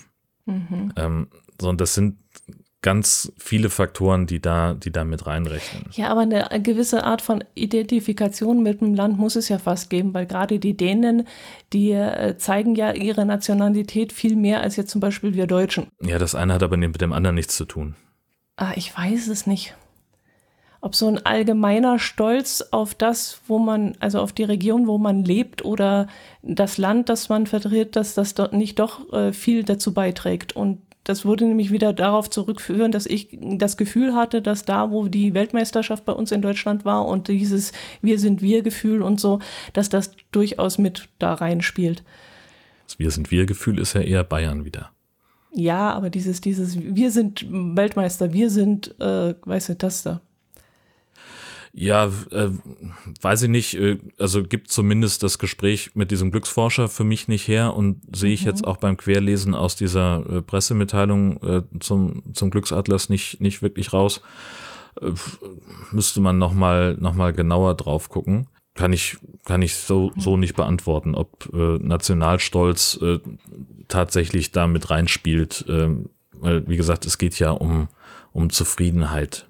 Und das sind ganz viele Faktoren, die da mit reinrechnen.
Ja, aber eine gewisse Art von Identifikation mit dem Land muss es ja fast geben, weil gerade die Dänen, die zeigen ja ihre Nationalität viel mehr als jetzt zum Beispiel wir Deutschen.
Ja, das eine hat aber mit dem anderen nichts zu tun.
Ich weiß es nicht. Ob so ein allgemeiner Stolz auf das, also auf die Region, wo man lebt oder das Land, das man vertritt, dass das nicht doch viel dazu beiträgt. Und das würde nämlich wieder darauf zurückführen, dass ich das Gefühl hatte, dass da, wo die Weltmeisterschaft bei uns in Deutschland war und dieses Wir-sind-wir-Gefühl und so, dass das durchaus mit da reinspielt.
Das Wir-sind-wir-Gefühl ist ja eher Bayern wieder.
Ja, aber dieses wir sind Weltmeister, wir sind, weißt du, das da.
Ja, weiß ich nicht, also gibt zumindest das Gespräch mit diesem Glücksforscher für mich nicht her und sehe ich jetzt auch beim Querlesen aus dieser Pressemitteilung zum Glücksatlas nicht wirklich raus. Müsste man noch mal genauer drauf gucken. Kann ich so nicht beantworten, ob Nationalstolz tatsächlich da mit reinspielt, weil wie gesagt, es geht ja um Zufriedenheit.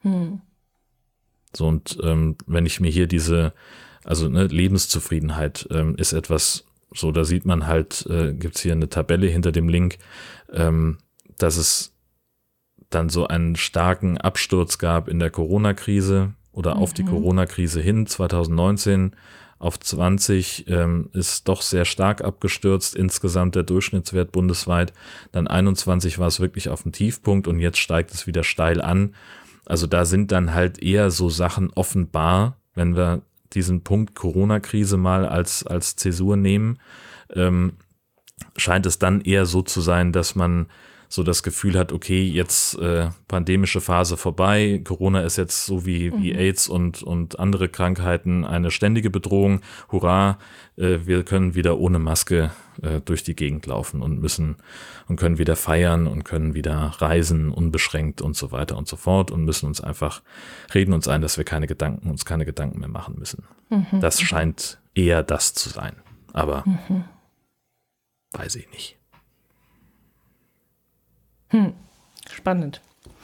So, und wenn ich mir hier Lebenszufriedenheit ist etwas, so da sieht man halt, gibt's hier eine Tabelle hinter dem Link, dass es dann so einen starken Absturz gab in der Corona-Krise oder auf die Corona-Krise hin, 2019 auf 20 ist doch sehr stark abgestürzt, insgesamt der Durchschnittswert bundesweit, dann 21 war es wirklich auf dem Tiefpunkt und jetzt steigt es wieder steil an. Also da sind dann halt eher so Sachen offenbar, wenn wir diesen Punkt Corona-Krise mal als Zäsur nehmen, scheint es dann eher so zu sein, dass man so das Gefühl hat, okay, jetzt pandemische Phase vorbei, Corona ist jetzt so wie AIDS und andere Krankheiten eine ständige Bedrohung, hurra, wir können wieder ohne Maske durch die Gegend laufen und können wieder feiern und können wieder reisen, unbeschränkt und so weiter und so fort und müssen reden uns ein, dass wir uns keine Gedanken mehr machen müssen. Das scheint eher das zu sein, aber weiß ich nicht.
Spannend.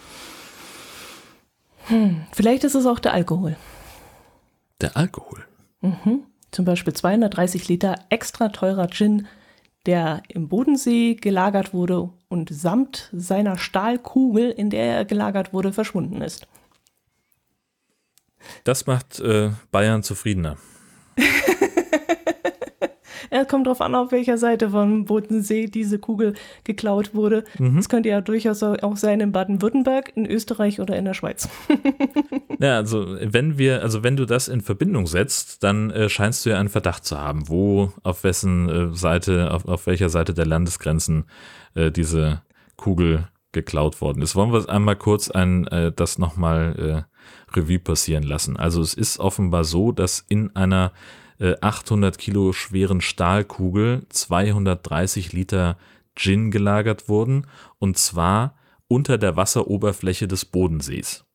Vielleicht ist es auch der Alkohol.
Der Alkohol?
Zum Beispiel 230 Liter extra teurer Gin, der im Bodensee gelagert wurde und samt seiner Stahlkugel, in der er gelagert wurde, verschwunden ist.
Das macht Bayern zufriedener.
Es kommt darauf an, auf welcher Seite vom Bodensee diese Kugel geklaut wurde. Das könnte ja durchaus auch sein in Baden-Württemberg, in Österreich oder in der Schweiz.
Ja, also wenn du das in Verbindung setzt, dann scheinst du ja einen Verdacht zu haben, auf welcher Seite der Landesgrenzen diese Kugel geklaut worden ist. Wollen wir einmal kurz das nochmal Revue passieren lassen. Also es ist offenbar so, dass in einer 800 Kilo schweren Stahlkugel 230 Liter Gin gelagert wurden, und zwar unter der Wasseroberfläche des Bodensees.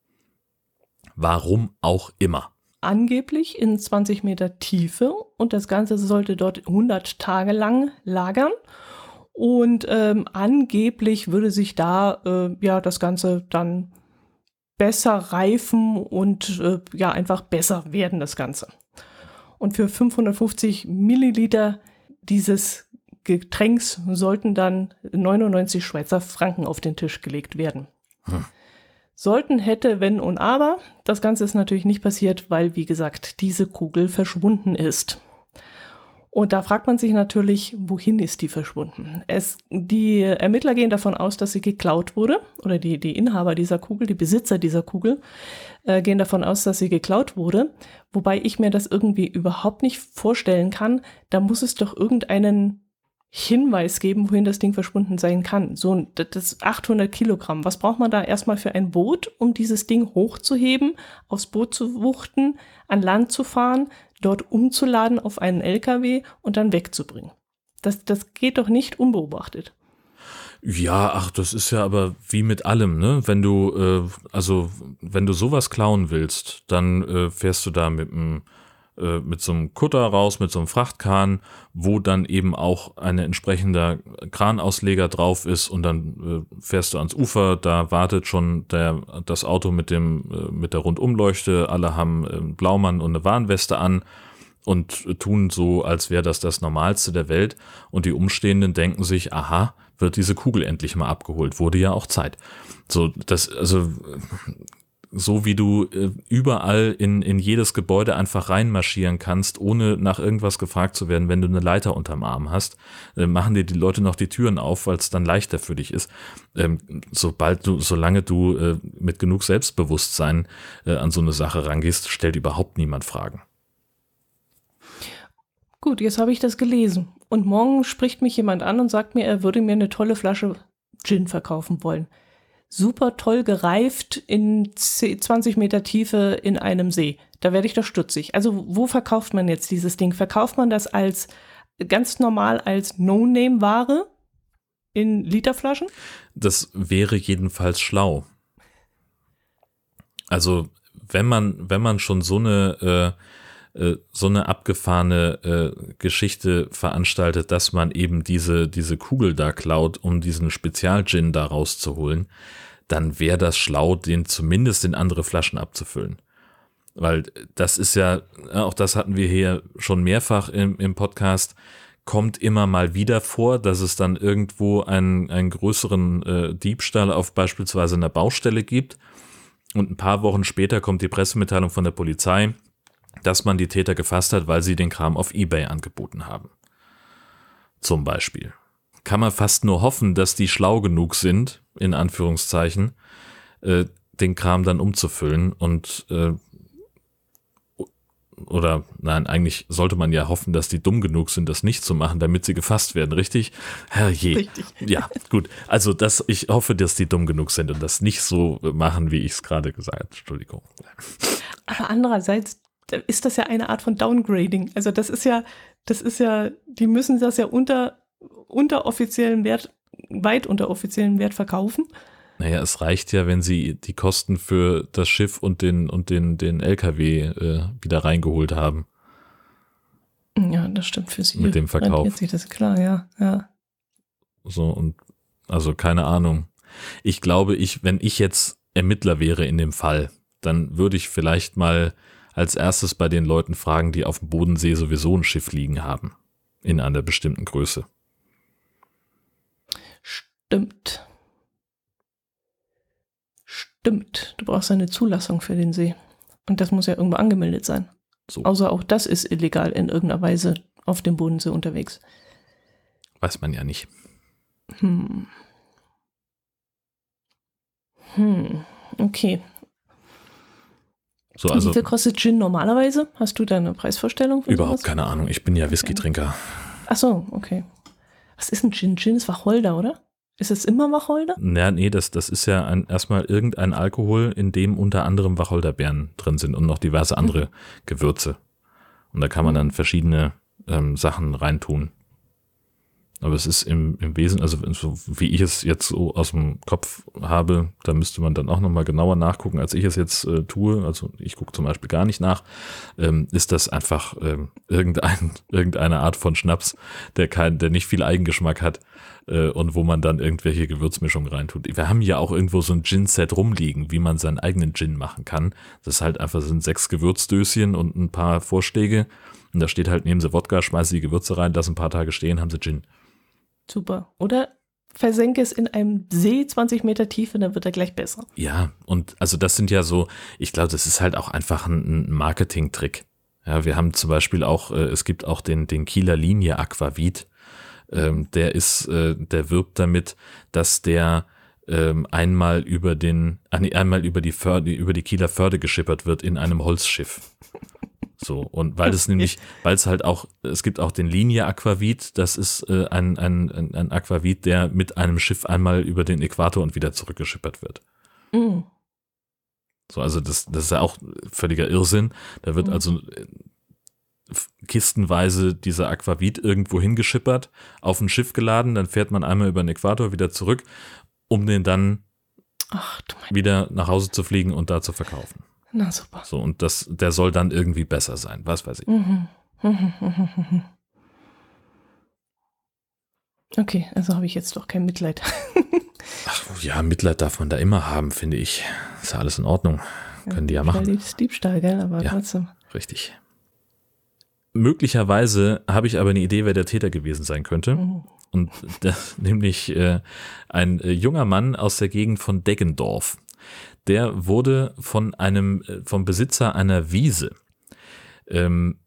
Warum auch immer.
Angeblich in 20 Meter Tiefe, und das Ganze sollte dort 100 Tage lang lagern. Und angeblich würde sich da das Ganze dann besser reifen und einfach besser werden, das Ganze. Und für 550 Milliliter dieses Getränks sollten dann 99 Schweizer Franken auf den Tisch gelegt werden. Sollten, hätte, wenn und aber. Das Ganze ist natürlich nicht passiert, weil, wie gesagt, diese Kugel verschwunden ist. Und da fragt man sich natürlich, wohin ist die verschwunden? Die Ermittler gehen davon aus, dass sie geklaut wurde, oder die Inhaber dieser Kugel, die Besitzer dieser Kugel, gehen davon aus, dass sie geklaut wurde, wobei ich mir das irgendwie überhaupt nicht vorstellen kann. Da muss es doch irgendeinen Hinweis geben, wohin das Ding verschwunden sein kann. So, das 800 Kilogramm. Was braucht man da erstmal für ein Boot, um dieses Ding hochzuheben, aufs Boot zu wuchten, an Land zu fahren, dort umzuladen auf einen LKW und dann wegzubringen? Das geht doch nicht unbeobachtet.
Ja, das ist ja aber wie mit allem, ne? Wenn du sowas klauen willst, dann fährst du da mit so einem Kutter raus, mit so einem Frachtkahn, wo dann eben auch ein entsprechender Kranausleger drauf ist, und dann fährst du ans Ufer, da wartet schon das Auto mit der Rundumleuchte, alle haben einen Blaumann und eine Warnweste an und tun so, als wäre das Normalste der Welt, und die Umstehenden denken sich, aha, wird diese Kugel endlich mal abgeholt, wurde ja auch Zeit. So wie du überall in jedes Gebäude einfach reinmarschieren kannst, ohne nach irgendwas gefragt zu werden, wenn du eine Leiter unterm Arm hast, machen dir die Leute noch die Türen auf, weil es dann leichter für dich ist. Solange du mit genug Selbstbewusstsein an so eine Sache rangehst, stellt überhaupt niemand Fragen.
Gut, jetzt habe ich das gelesen. Und morgen spricht mich jemand an und sagt mir, er würde mir eine tolle Flasche Gin verkaufen wollen. Super toll gereift in 20 Meter Tiefe in einem See. Da werde ich doch stutzig. Also wo verkauft man jetzt dieses Ding? Verkauft man das als ganz normal als No-Name-Ware in Literflaschen?
Das wäre jedenfalls schlau. Also wenn man schon so eine abgefahrene Geschichte veranstaltet, dass man eben diese Kugel da klaut, um diesen Spezial-Gin da rauszuholen, dann wäre das schlau, den zumindest in andere Flaschen abzufüllen. Weil das ist ja, auch das hatten wir hier schon mehrfach im Podcast, kommt immer mal wieder vor, dass es dann irgendwo einen größeren Diebstahl auf beispielsweise einer Baustelle gibt, und ein paar Wochen später kommt die Pressemitteilung von der Polizei, dass man die Täter gefasst hat, weil sie den Kram auf eBay angeboten haben. Zum Beispiel. Kann man fast nur hoffen, dass die schlau genug sind, in Anführungszeichen, den Kram dann umzufüllen eigentlich sollte man ja hoffen, dass die dumm genug sind, das nicht zu machen, damit sie gefasst werden, richtig? Herrje. Richtig. Ja, gut. Also ich hoffe, dass die dumm genug sind und das nicht so machen, wie ich es gerade gesagt habe. Entschuldigung.
Aber andererseits ist das ja eine Art von Downgrading. Also das ist ja, die müssen das ja unter offiziellen Wert, weit unter offiziellen Wert verkaufen.
Naja, es reicht ja, wenn sie die Kosten für das Schiff und den LKW wieder reingeholt haben.
Ja, das stimmt für sie.
Mit dem Verkauf.
Jetzt sieht das klar, ja.
So, und Also keine Ahnung. Ich glaube, wenn ich jetzt Ermittler wäre in dem Fall, dann würde ich vielleicht mal als erstes bei den Leuten fragen, die auf dem Bodensee sowieso ein Schiff liegen haben. In einer bestimmten Größe.
Stimmt. Du brauchst eine Zulassung für den See. Und das muss ja irgendwo angemeldet sein.
So.
Außer auch das ist illegal in irgendeiner Weise auf dem Bodensee unterwegs.
Weiß man ja nicht.
Okay.
So, also
wie viel kostet Gin normalerweise? Hast du da eine Preisvorstellung?
Überhaupt keine Ahnung. Ich bin ja Whisky-Trinker.
Ach so, okay. Was ist ein Gin? Gin ist Wacholder, oder? Ist es immer Wacholder?
Ja, nee, das ist ja erstmal irgendein Alkohol, in dem unter anderem Wacholderbeeren drin sind und noch diverse andere Gewürze. Und da kann man dann verschiedene Sachen reintun. Aber es ist im Wesen, also so wie ich es jetzt so aus dem Kopf habe, da müsste man dann auch nochmal genauer nachgucken, als ich es jetzt tue. Also ich gucke zum Beispiel gar nicht nach. Ist das einfach irgendeine Art von Schnaps, der nicht viel Eigengeschmack hat und wo man dann irgendwelche Gewürzmischungen reintut. Wir haben ja auch irgendwo so ein Gin-Set rumliegen, wie man seinen eigenen Gin machen kann. Das ist halt einfach sind 6 Gewürzdöschen und ein paar Vorschläge. Und da steht halt, nehmen Sie Wodka, schmeißen Sie die Gewürze rein, lassen ein paar Tage stehen, haben Sie Gin.
Super. Oder versenke es in einem See 20 Meter Tiefe, dann wird er gleich besser.
Ja, und also das sind ja so, ich glaube, das ist halt auch einfach ein Marketing-Trick. Ja, wir haben zum Beispiel auch, es gibt auch den Kieler Linie Aquavit. Der wirbt damit, dass der einmal über die Kieler Förde geschippert wird in einem Holzschiff. So, und weil es es gibt auch den Linie Aquavit, das ist ein Aquavit, der mit einem Schiff einmal über den Äquator und wieder zurückgeschippert wird.
Mm.
So, also das ist ja auch völliger Irrsinn. Da wird also kistenweise dieser Aquavit irgendwo hingeschippert, auf ein Schiff geladen, dann fährt man einmal über den Äquator wieder zurück, um den dann wieder nach Hause zu fliegen und da zu verkaufen.
Na super.
So, und der soll dann irgendwie besser sein, was weiß ich.
Okay, also habe ich jetzt doch kein Mitleid.
Ach ja, Mitleid darf man da immer haben, finde ich. Ist ja alles in Ordnung. Können die ja machen.
Diebstahl, gell? Aber
ja,
trotzdem.
Richtig. Möglicherweise habe ich aber eine Idee, wer der Täter gewesen sein könnte. Und nämlich ein junger Mann aus der Gegend von Deggendorf. Der wurde vom Besitzer einer Wiese gegen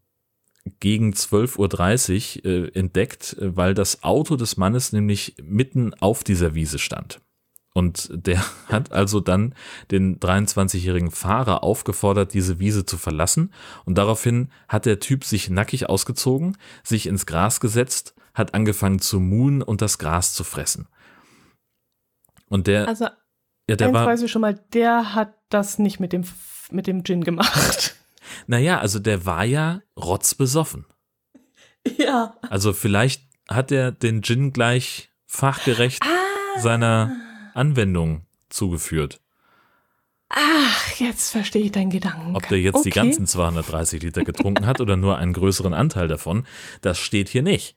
12:30 Uhr entdeckt, weil das Auto des Mannes nämlich mitten auf dieser Wiese stand. Und der hat also dann den 23-jährigen Fahrer aufgefordert, diese Wiese zu verlassen. Und daraufhin hat der Typ sich nackig ausgezogen, sich ins Gras gesetzt, hat angefangen zu muhen und das Gras zu fressen. Und
eins weiß ich schon mal, der hat das nicht mit dem Gin gemacht.
Naja, also der war ja rotzbesoffen.
Ja.
Also vielleicht hat er den Gin gleich fachgerecht seiner Anwendung zugeführt.
Ach, jetzt verstehe ich deinen Gedanken.
Ob der jetzt die ganzen 230 Liter getrunken hat oder nur einen größeren Anteil davon, das steht hier nicht.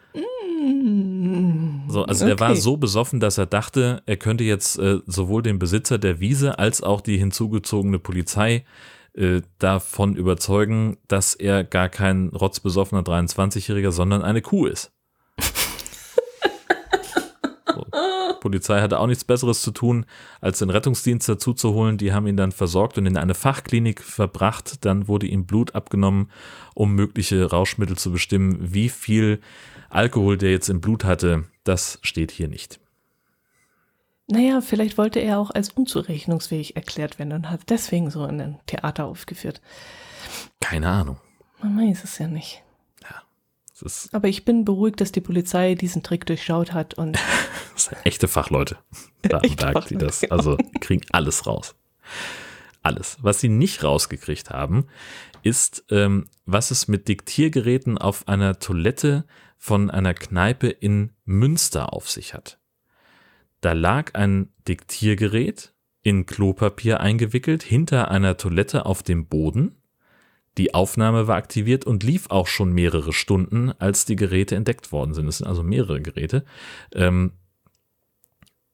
So, also der war so besoffen, dass er dachte, er könnte jetzt sowohl den Besitzer der Wiese als auch die hinzugezogene Polizei davon überzeugen, dass er gar kein rotzbesoffener 23-Jähriger, sondern eine Kuh ist. So. Polizei hatte auch nichts Besseres zu tun, als den Rettungsdienst dazu zu holen. Die haben ihn dann versorgt und in eine Fachklinik verbracht. Dann wurde ihm Blut abgenommen, um mögliche Rauschmittel zu bestimmen. Wie viel Alkohol der jetzt im Blut hatte, das steht hier nicht.
Naja, vielleicht wollte er auch als unzurechnungsfähig erklärt werden und hat deswegen so in ein Theater aufgeführt.
Keine Ahnung.
Man weiß es ja nicht.
Ja, es ist
aber ich bin beruhigt, dass die Polizei diesen Trick durchschaut hat. Und
das sind echte Fachleute. Da merkt die das. Also die kriegen alles raus. Alles. Was sie nicht rausgekriegt haben, ist, was es mit Diktiergeräten auf einer Toilette von einer Kneipe in Münster auf sich hat. Da lag ein Diktiergerät in Klopapier eingewickelt hinter einer Toilette auf dem Boden. Die Aufnahme war aktiviert und lief auch schon mehrere Stunden, als die Geräte entdeckt worden sind. Es sind also mehrere Geräte.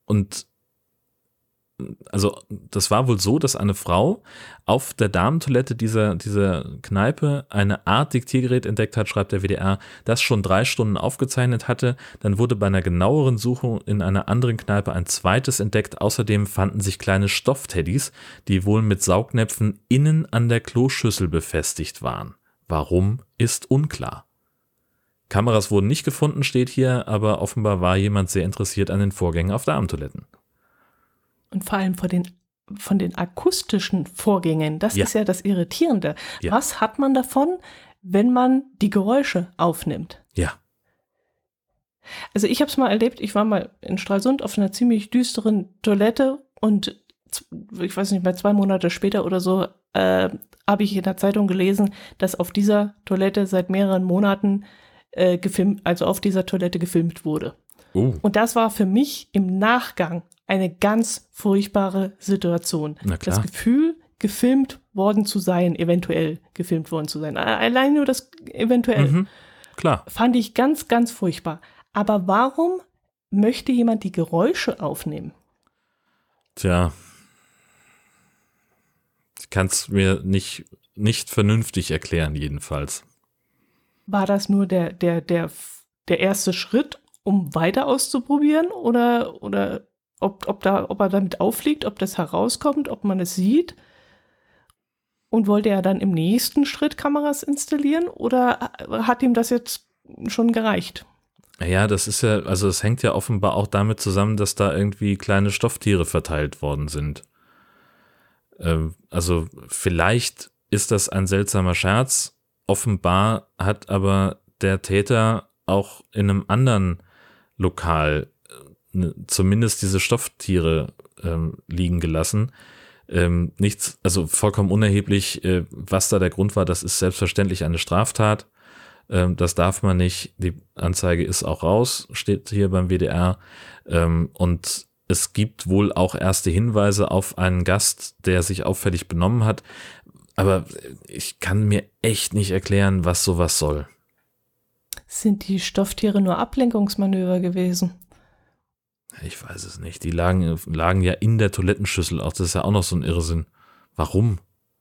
Und also das war wohl so, dass eine Frau auf der Damentoilette dieser Kneipe eine Art Diktiergerät entdeckt hat, schreibt der WDR, das schon 3 Stunden aufgezeichnet hatte. Dann wurde bei einer genaueren Suche in einer anderen Kneipe ein zweites entdeckt. Außerdem fanden sich kleine Stoffteddys, die wohl mit Saugnäpfen innen an der Kloschüssel befestigt waren. Warum, ist unklar. Kameras wurden nicht gefunden, steht hier, aber offenbar war jemand sehr interessiert an den Vorgängen auf Damentoiletten.
Und vor allem von den akustischen Vorgängen, das ist ja das Irritierende. Ja. Was hat man davon, wenn man die Geräusche aufnimmt?
Ja.
Also ich habe es mal erlebt, ich war mal in Stralsund auf einer ziemlich düsteren Toilette und ich weiß nicht mehr, 2 Monate später oder so, habe ich in der Zeitung gelesen, dass auf dieser Toilette seit mehreren Monaten auf dieser Toilette gefilmt wurde. Und das war für mich im Nachgang eine ganz furchtbare Situation. Das Gefühl, gefilmt worden zu sein, eventuell gefilmt worden zu sein. Allein nur das eventuell.
Klar.
Fand ich ganz, ganz furchtbar. Aber warum möchte jemand die Geräusche aufnehmen?
Tja. Ich kann es mir nicht vernünftig erklären, jedenfalls.
War das nur der erste Schritt, um weiter auszuprobieren? Oder ob er damit auffliegt, ob das herauskommt, ob man es sieht? Und wollte er dann im nächsten Schritt Kameras installieren? Oder hat ihm das jetzt schon gereicht?
Ja, das ist ja, also es hängt ja offenbar auch damit zusammen, dass da irgendwie kleine Stofftiere verteilt worden sind. Also vielleicht ist das ein seltsamer Scherz. Offenbar hat aber der Täter auch in einem anderen Lokal zumindest diese Stofftiere liegen gelassen. Nichts, also vollkommen unerheblich, was da der Grund war, das ist selbstverständlich eine Straftat. Das darf man nicht. Die Anzeige ist auch raus, steht hier beim WDR. Und es gibt wohl auch erste Hinweise auf einen Gast, der sich auffällig benommen hat. Aber ich kann mir echt nicht erklären, was sowas soll.
Sind die Stofftiere nur Ablenkungsmanöver gewesen?
Ich weiß es nicht. Die lagen ja in der Toilettenschüssel. Auch das ist ja auch noch so ein Irrsinn. Warum?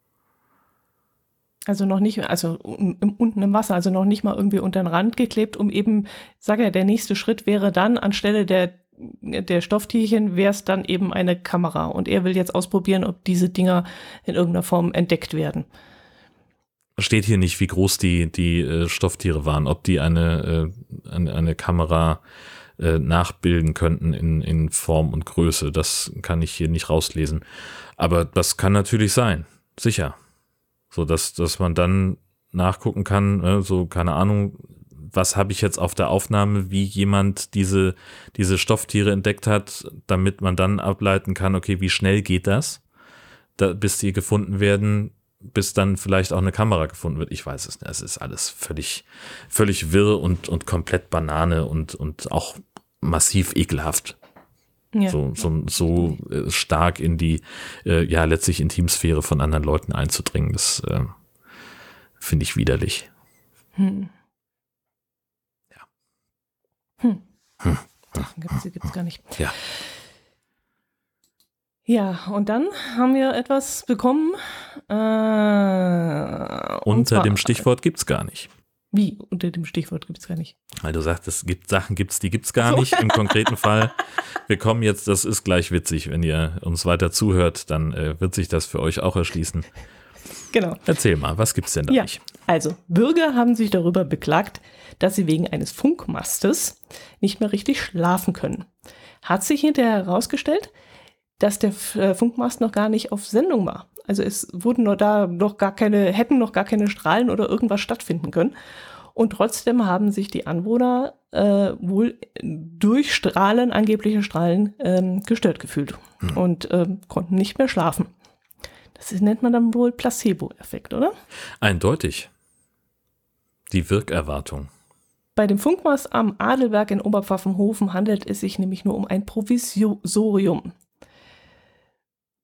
Also noch nicht, also unten im Wasser, also noch nicht mal irgendwie unter den Rand geklebt, um eben, sage ja, der nächste Schritt wäre dann, anstelle der Stofftierchen, wäre es dann eben eine Kamera. Und er will jetzt ausprobieren, ob diese Dinger in irgendeiner Form entdeckt werden.
Steht hier nicht, wie groß die Stofftiere waren, ob die eine Kamera nachbilden könnten in Form und Größe. Das kann ich hier nicht rauslesen. Aber das kann natürlich sein, sicher. So, dass man dann nachgucken kann, so, keine Ahnung, was habe ich jetzt auf der Aufnahme, wie jemand diese Stofftiere entdeckt hat, damit man dann ableiten kann, okay, wie schnell geht das, bis die gefunden werden, bis dann vielleicht auch eine Kamera gefunden wird. Ich weiß es nicht. Es ist alles völlig wirr und komplett Banane und auch massiv ekelhaft.
Ja.
So stark in die letztlich Intimsphäre von anderen Leuten einzudringen, das finde ich widerlich.
Gibt's gar nicht.
Ja.
Ja, und dann haben wir etwas bekommen.
Unter dem Stichwort gibt's gar nicht.
Wie? Unter dem Stichwort gibt's gar nicht?
Weil du sagst, es gibt Sachen, die gibt's gar nicht im konkreten Fall. Wir kommen jetzt, das ist gleich witzig, wenn ihr uns weiter zuhört, dann wird sich das für euch auch erschließen.
Genau.
Erzähl mal, was gibt's denn da nicht?
Also, Bürger haben sich darüber beklagt, dass sie wegen eines Funkmastes nicht mehr richtig schlafen können. Hat sich hinterher herausgestellt, dass der Funkmast noch gar nicht auf Sendung war. Also es wurden hätten noch gar keine Strahlen oder irgendwas stattfinden können. Und trotzdem haben sich die Anwohner wohl durch Strahlen, angebliche Strahlen, gestört gefühlt und konnten nicht mehr schlafen. Das nennt man dann wohl Placebo-Effekt, oder?
Eindeutig. Die Wirkerwartung.
Bei dem Funkmast am Adelberg in Oberpfaffenhofen handelt es sich nämlich nur um ein Provisorium.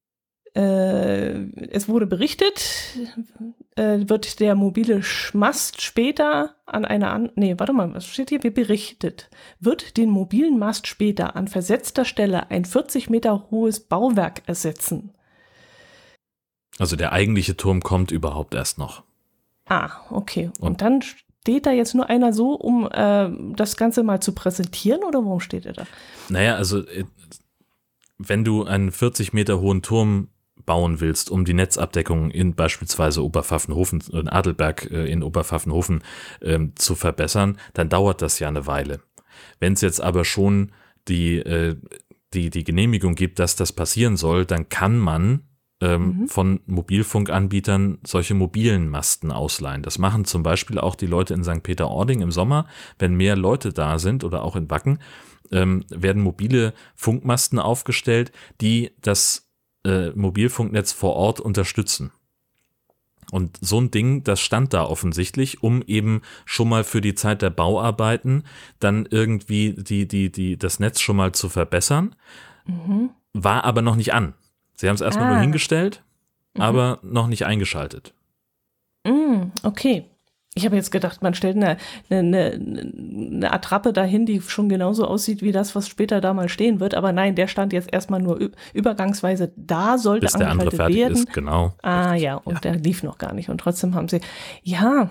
Es wurde berichtet, wird der mobile Mast später an einer was steht hier? Wie berichtet. Wird den mobilen Mast später an versetzter Stelle ein 40 Meter hohes Bauwerk ersetzen.
Also der eigentliche Turm kommt überhaupt erst noch.
Ah, okay. Und dann steht da jetzt nur einer so, um das Ganze mal zu präsentieren, oder warum steht er da?
Naja, also wenn du einen 40 Meter hohen Turm bauen willst, um die Netzabdeckung in beispielsweise Oberpfaffenhofen, in Adelberg in Oberpfaffenhofen zu verbessern, dann dauert das ja eine Weile. Wenn es jetzt aber schon die Genehmigung gibt, dass das passieren soll, dann kann man von Mobilfunkanbietern solche mobilen Masten ausleihen. Das machen zum Beispiel auch die Leute in St. Peter-Ording im Sommer. Wenn mehr Leute da sind oder auch in Wacken, werden mobile Funkmasten aufgestellt, die das Mobilfunknetz vor Ort unterstützen. Und so ein Ding, das stand da offensichtlich, um eben schon mal für die Zeit der Bauarbeiten dann irgendwie das Netz schon mal zu verbessern, war aber noch nicht an. Sie haben es erstmal nur hingestellt, aber noch nicht eingeschaltet.
Okay. Ich habe jetzt gedacht, man stellt eine Attrappe dahin, die schon genauso aussieht wie das, was später da mal stehen wird. Aber nein, der stand jetzt erstmal nur übergangsweise da, sollte
bis der andere fertig
werden.
Ist, genau.
Ah ja, und der lief noch gar nicht. Und trotzdem haben sie, ja,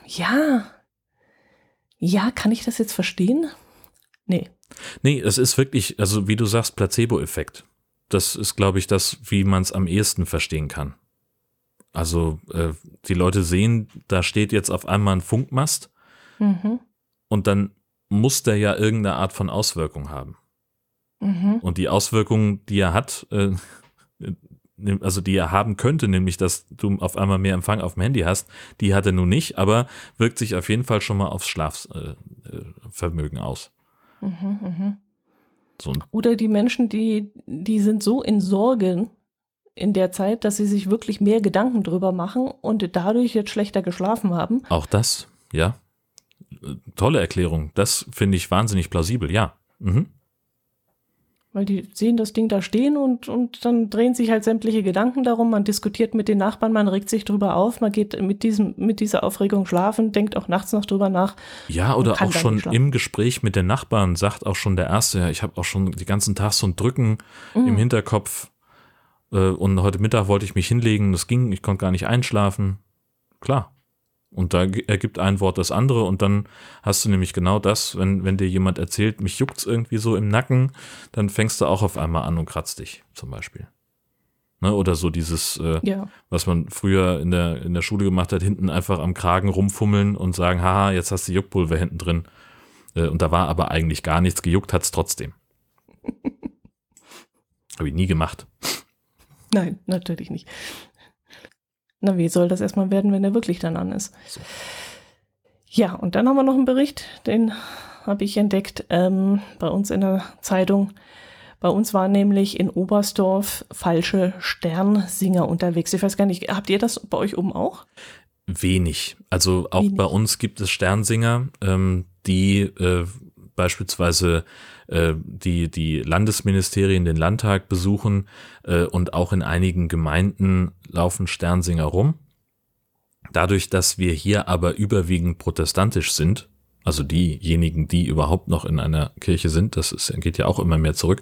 kann ich das jetzt verstehen? Nee.
Nee, es ist wirklich, also wie du sagst, Placebo-Effekt. Das ist, glaube ich, das, wie man es am ehesten verstehen kann. Also die Leute sehen, da steht jetzt auf einmal ein Funkmast und dann muss der ja irgendeine Art von Auswirkung haben. Und die Auswirkungen, die er hat, also die er haben könnte, nämlich, dass du auf einmal mehr Empfang auf dem Handy hast, die hat er nun nicht, aber wirkt sich auf jeden Fall schon mal aufs Schlafvermögen aus. So.
Oder die Menschen, die sind so in Sorgen in der Zeit, dass sie sich wirklich mehr Gedanken drüber machen und dadurch jetzt schlechter geschlafen haben.
Auch das, ja. Tolle Erklärung. Das finde ich wahnsinnig plausibel, ja.
Weil die sehen das Ding da stehen und dann drehen sich halt sämtliche Gedanken darum, man diskutiert mit den Nachbarn, man regt sich drüber auf, man geht mit dieser Aufregung schlafen, denkt auch nachts noch drüber nach.
Ja, oder auch schon im Gespräch mit den Nachbarn sagt auch schon der Erste, ja, ich habe auch schon den ganzen Tag so ein Drücken im Hinterkopf und heute Mittag wollte ich mich hinlegen, das ging, ich konnte gar nicht einschlafen. Klar. Und da ergibt ein Wort das andere und dann hast du nämlich genau das, wenn dir jemand erzählt, mich juckt's irgendwie so im Nacken, dann fängst du auch auf einmal an und kratzt dich zum Beispiel. Ne? Oder so dieses, was man früher in der Schule gemacht hat, hinten einfach am Kragen rumfummeln und sagen, haha, jetzt hast du Juckpulver hinten drin. Und da war aber eigentlich gar nichts, gejuckt hat's trotzdem. Habe ich nie gemacht.
Nein, natürlich nicht. Na, wie soll das erstmal werden, wenn er wirklich dann an ist? So. Ja, und dann haben wir noch einen Bericht, den habe ich entdeckt bei uns in der Zeitung. Bei uns waren nämlich in Oberstdorf falsche Sternsinger unterwegs. Ich weiß gar nicht, habt ihr das bei euch oben auch?
Wenig. Also auch bei uns gibt es Sternsinger, die beispielsweise die Landesministerien, den Landtag besuchen und auch in einigen Gemeinden laufen Sternsinger rum. Dadurch, dass wir hier aber überwiegend protestantisch sind, also diejenigen, die überhaupt noch in einer Kirche sind, geht ja auch immer mehr zurück,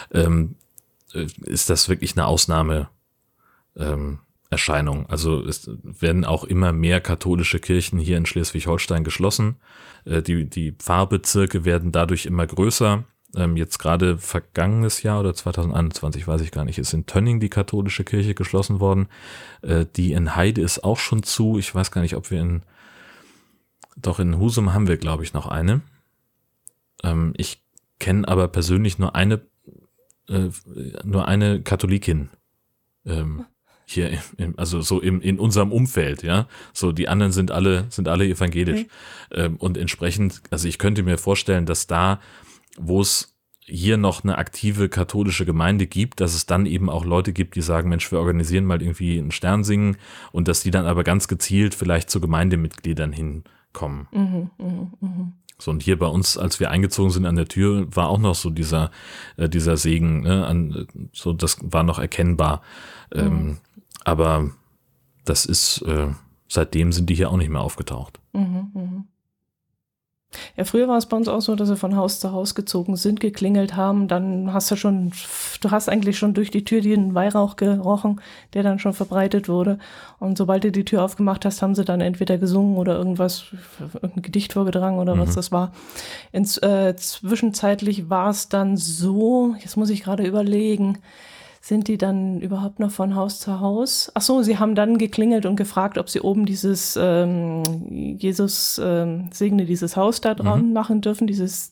ist das wirklich eine Ausnahmeerscheinung. Also es werden auch immer mehr katholische Kirchen hier in Schleswig-Holstein geschlossen. Die Pfarrbezirke werden dadurch immer größer. Jetzt gerade vergangenes Jahr oder 2021, weiß ich gar nicht, ist in Tönning die katholische Kirche geschlossen worden. Die in Heide ist auch schon zu. Ich weiß gar nicht, ob wir in Husum haben wir, glaube ich, noch eine. Ich kenne aber persönlich nur eine Katholikin. Hier, also so in unserem Umfeld, ja. So, die anderen sind alle evangelisch. Und entsprechend, also ich könnte mir vorstellen, dass da, wo es hier noch eine aktive katholische Gemeinde gibt, dass es dann eben auch Leute gibt, die sagen, Mensch, wir organisieren mal irgendwie einen Sternsingen und dass die dann aber ganz gezielt vielleicht zu Gemeindemitgliedern hinkommen. So, und hier bei uns, als wir eingezogen sind an der Tür, war auch noch so dieser Segen, ne, so, das war noch erkennbar. Aber das ist, seitdem sind die hier auch nicht mehr aufgetaucht.
Ja, früher war es bei uns auch so, dass wir von Haus zu Haus gezogen sind, geklingelt haben, dann hast du hast eigentlich schon durch die Tür den Weihrauch gerochen, der dann schon verbreitet wurde. Und sobald du die Tür aufgemacht hast, haben sie dann entweder gesungen oder irgendein Gedicht vorgetragen oder was das war. Zwischenzeitlich war es dann so, jetzt muss ich gerade überlegen, sind die dann überhaupt noch von Haus zu Haus? Ach so, sie haben dann geklingelt und gefragt, ob sie oben dieses Jesus segne dieses Haus da dran machen dürfen, dieses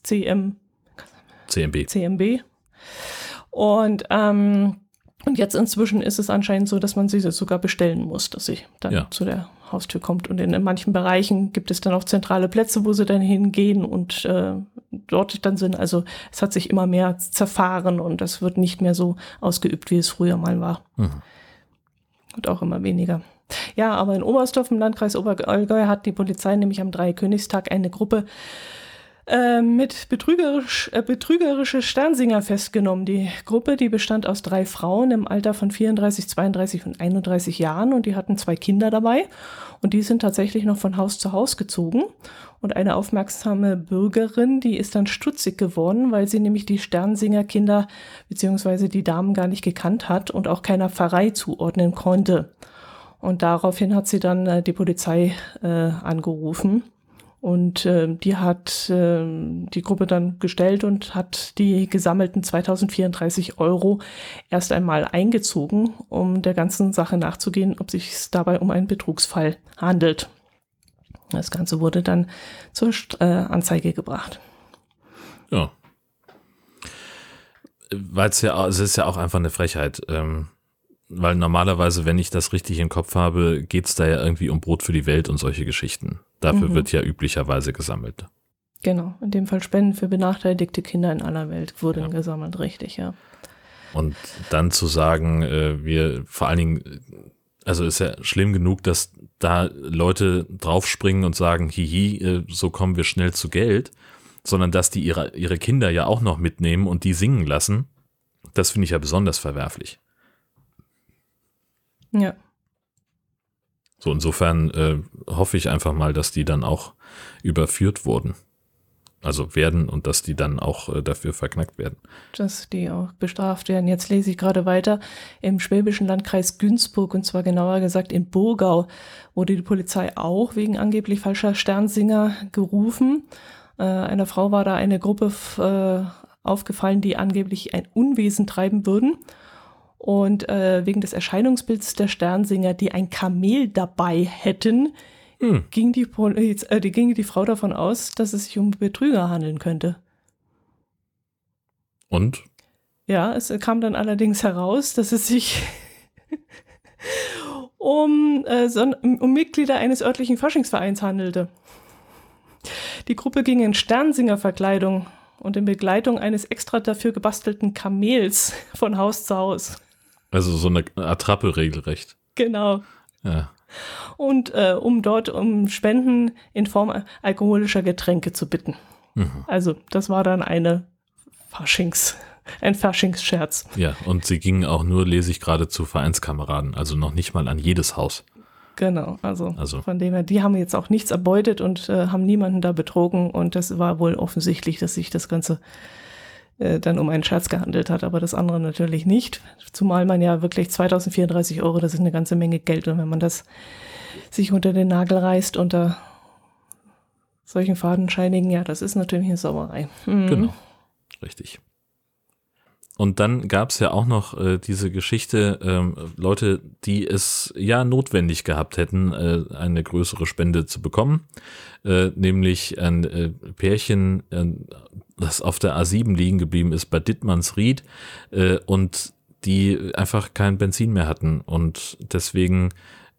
CMB. Und jetzt inzwischen ist es anscheinend so, dass man sie sogar bestellen muss, dass sie dann zu der Haustür kommt. Und in manchen Bereichen gibt es dann auch zentrale Plätze, wo sie dann hingehen und dort dann sind. Also es hat sich immer mehr zerfahren und das wird nicht mehr so ausgeübt, wie es früher mal war. Und auch immer weniger. Ja, aber in Oberstdorf im Landkreis Oberallgäu hat die Polizei nämlich am Dreikönigstag eine Gruppe mit betrügerische Sternsinger festgenommen. Die Gruppe, die bestand aus 3 Frauen im Alter von 34, 32 und 31 Jahren und die hatten 2 Kinder dabei und die sind tatsächlich noch von Haus zu Haus gezogen. Und eine aufmerksame Bürgerin, die ist dann stutzig geworden, weil sie nämlich die Sternsinger-Kinder bzw. die Damen gar nicht gekannt hat und auch keiner Pfarrei zuordnen konnte. Und daraufhin hat sie dann die Polizei angerufen. Und die hat die Gruppe dann gestellt und hat die gesammelten 2034 € erst einmal eingezogen, um der ganzen Sache nachzugehen, ob sich es dabei um einen Betrugsfall handelt. Das Ganze wurde dann zur Anzeige gebracht.
Ja. Weil es ist ja auch einfach eine Frechheit. Weil normalerweise, wenn ich das richtig im Kopf habe, geht es da ja irgendwie um Brot für die Welt und solche Geschichten. Dafür wird ja üblicherweise gesammelt.
Genau, in dem Fall Spenden für benachteiligte Kinder in aller Welt wurden gesammelt, richtig, ja.
Und dann zu sagen, wir vor allen Dingen, also ist ja schlimm genug, dass da Leute draufspringen und sagen, hihi, so kommen wir schnell zu Geld, sondern dass die ihre Kinder ja auch noch mitnehmen und die singen lassen, das finde ich ja besonders verwerflich.
Ja.
So, insofern hoffe ich einfach mal, dass die dann auch überführt wurden. Also werden und dass die dann auch dafür verknackt werden.
Dass die auch bestraft werden. Jetzt lese ich gerade weiter. Im schwäbischen Landkreis Günzburg, und zwar genauer gesagt in Burgau, wurde die Polizei auch wegen angeblich falscher Sternsinger gerufen. Einer Frau war da eine Gruppe aufgefallen, die angeblich ein Unwesen treiben würden. Und wegen des Erscheinungsbilds der Sternsinger, die ein Kamel dabei hätten, ging die Frau davon aus, dass es sich um Betrüger handeln könnte.
Und?
Ja, es kam dann allerdings heraus, dass es sich um Mitglieder eines örtlichen Faschingsvereins handelte. Die Gruppe ging in Sternsingerverkleidung und in Begleitung eines extra dafür gebastelten Kamels von Haus zu Haus.
Also so eine Attrappe regelrecht.
Genau.
Ja.
Und um dort um Spenden in Form alkoholischer Getränke zu bitten. Also das war dann ein Faschingsscherz.
Ja, und sie gingen auch nur, lese ich gerade, zu Vereinskameraden, also noch nicht mal an jedes Haus.
Genau, also von dem her, die haben jetzt auch nichts erbeutet und haben niemanden da betrogen und das war wohl offensichtlich, dass sich das Ganze dann um einen Scherz gehandelt hat, aber das andere natürlich nicht, zumal man ja wirklich 2034 €, das ist eine ganze Menge Geld und wenn man das sich unter den Nagel reißt unter solchen fadenscheinigen, ja, das ist natürlich eine Sauerei.
Genau, richtig. Und dann gab es ja auch noch diese Geschichte, Leute, die es ja notwendig gehabt hätten, eine größere Spende zu bekommen, nämlich ein Pärchen, das auf der A7 liegen geblieben ist bei Dittmannsried und die einfach kein Benzin mehr hatten und deswegen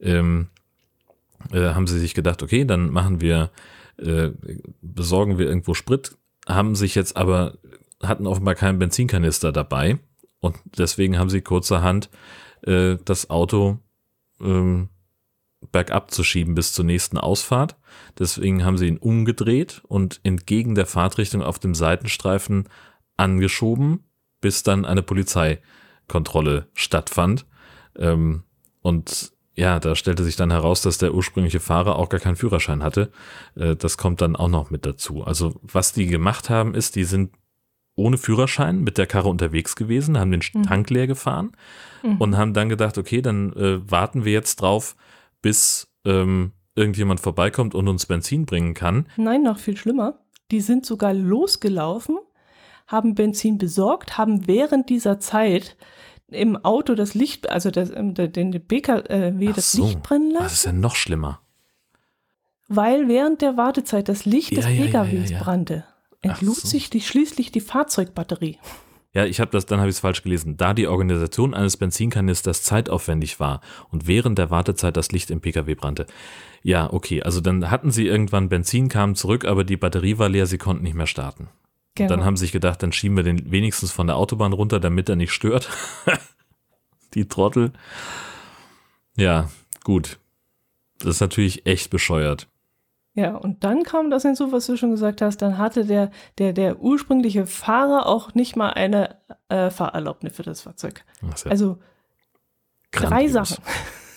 haben sie sich gedacht, okay, dann besorgen wir irgendwo Sprit, haben sich jetzt aber hatten offenbar keinen Benzinkanister dabei und deswegen haben sie kurzerhand das Auto bergab zu schieben bis zur nächsten Ausfahrt. Deswegen haben sie ihn umgedreht und entgegen der Fahrtrichtung auf dem Seitenstreifen angeschoben, bis dann eine Polizeikontrolle stattfand. Und ja, da stellte sich dann heraus, dass der ursprüngliche Fahrer auch gar keinen Führerschein hatte. Das kommt dann auch noch mit dazu. Also was die gemacht haben, ist, die sind ohne Führerschein mit der Karre unterwegs gewesen, haben den Tank leer gefahren und haben dann gedacht, okay, dann warten wir jetzt drauf, bis irgendjemand vorbeikommt und uns Benzin bringen kann.
Nein, noch viel schlimmer. Die sind sogar losgelaufen, haben Benzin besorgt, haben während dieser Zeit im Auto das Licht, also den BKW das Licht brennen lassen.
Das ist ja noch schlimmer.
Weil während der Wartezeit das Licht des PKWs brannte, entlud sich schließlich die Fahrzeugbatterie.
Ja, dann habe ich es falsch gelesen. Da die Organisation eines Benzinkanisters zeitaufwendig war und während der Wartezeit das Licht im PKW brannte. Ja, okay, also dann hatten sie irgendwann Benzin, kamen zurück, aber die Batterie war leer, sie konnten nicht mehr starten. Genau. Und dann haben sie sich gedacht, dann schieben wir den wenigstens von der Autobahn runter, damit er nicht stört. Die Trottel. Ja, gut. Das ist natürlich echt bescheuert.
Ja, und dann kam das hinzu, was du schon gesagt hast, dann hatte der ursprüngliche Fahrer auch nicht mal eine Fahrerlaubnis für das Fahrzeug.
Ja
also grandios. 3 Sachen.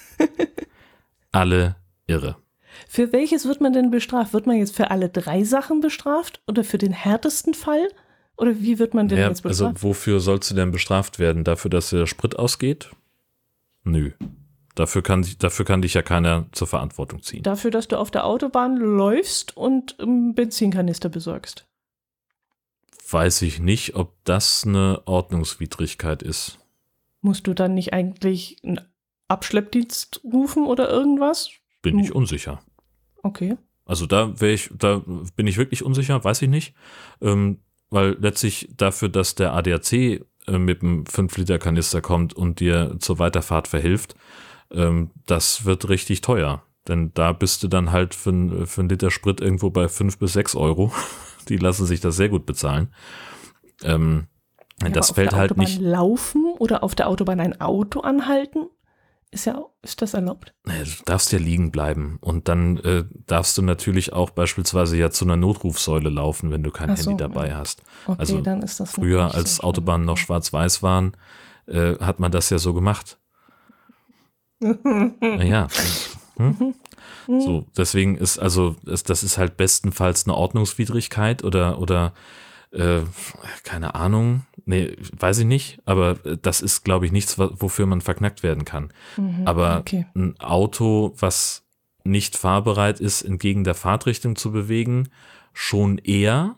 Alle irre.
Für welches wird man denn bestraft? Wird man jetzt für alle 3 Sachen bestraft oder für den härtesten Fall? Oder wie wird man denn jetzt bestraft?
Also wofür sollst du denn bestraft werden? Dafür, dass der Sprit ausgeht? Nö. Dafür kann dich ja keiner zur Verantwortung ziehen.
Dafür, dass du auf der Autobahn läufst und Benzinkanister besorgst.
Weiß ich nicht, ob das eine Ordnungswidrigkeit ist.
Musst du dann nicht eigentlich einen Abschleppdienst rufen oder irgendwas?
Bin ich unsicher.
Okay.
Also da bin ich wirklich unsicher, weiß ich nicht. Weil letztlich dafür, dass der ADAC mit einem 5-Liter-Kanister kommt und dir zur Weiterfahrt verhilft, das wird richtig teuer. Denn da bist du dann halt für einen Liter Sprit irgendwo bei 5 bis 6 Euro. Die lassen sich das sehr gut bezahlen. Das fällt halt nicht.
Auf der Autobahn laufen oder auf der Autobahn ein Auto anhalten? Ist das erlaubt?
Du darfst ja liegen bleiben und dann darfst du natürlich auch beispielsweise ja zu einer Notrufsäule laufen, wenn du kein Handy dabei hast.
Okay,
also
dann ist das
früher, als so Autobahnen noch schwarz-weiß waren, hat man das ja so gemacht. Naja. So, deswegen ist das ist halt bestenfalls eine Ordnungswidrigkeit oder keine Ahnung, nee, weiß ich nicht, aber das ist, glaube ich, nichts, wofür man verknackt werden kann. Aber ein Auto, was nicht fahrbereit ist, entgegen der Fahrtrichtung zu bewegen, schon eher,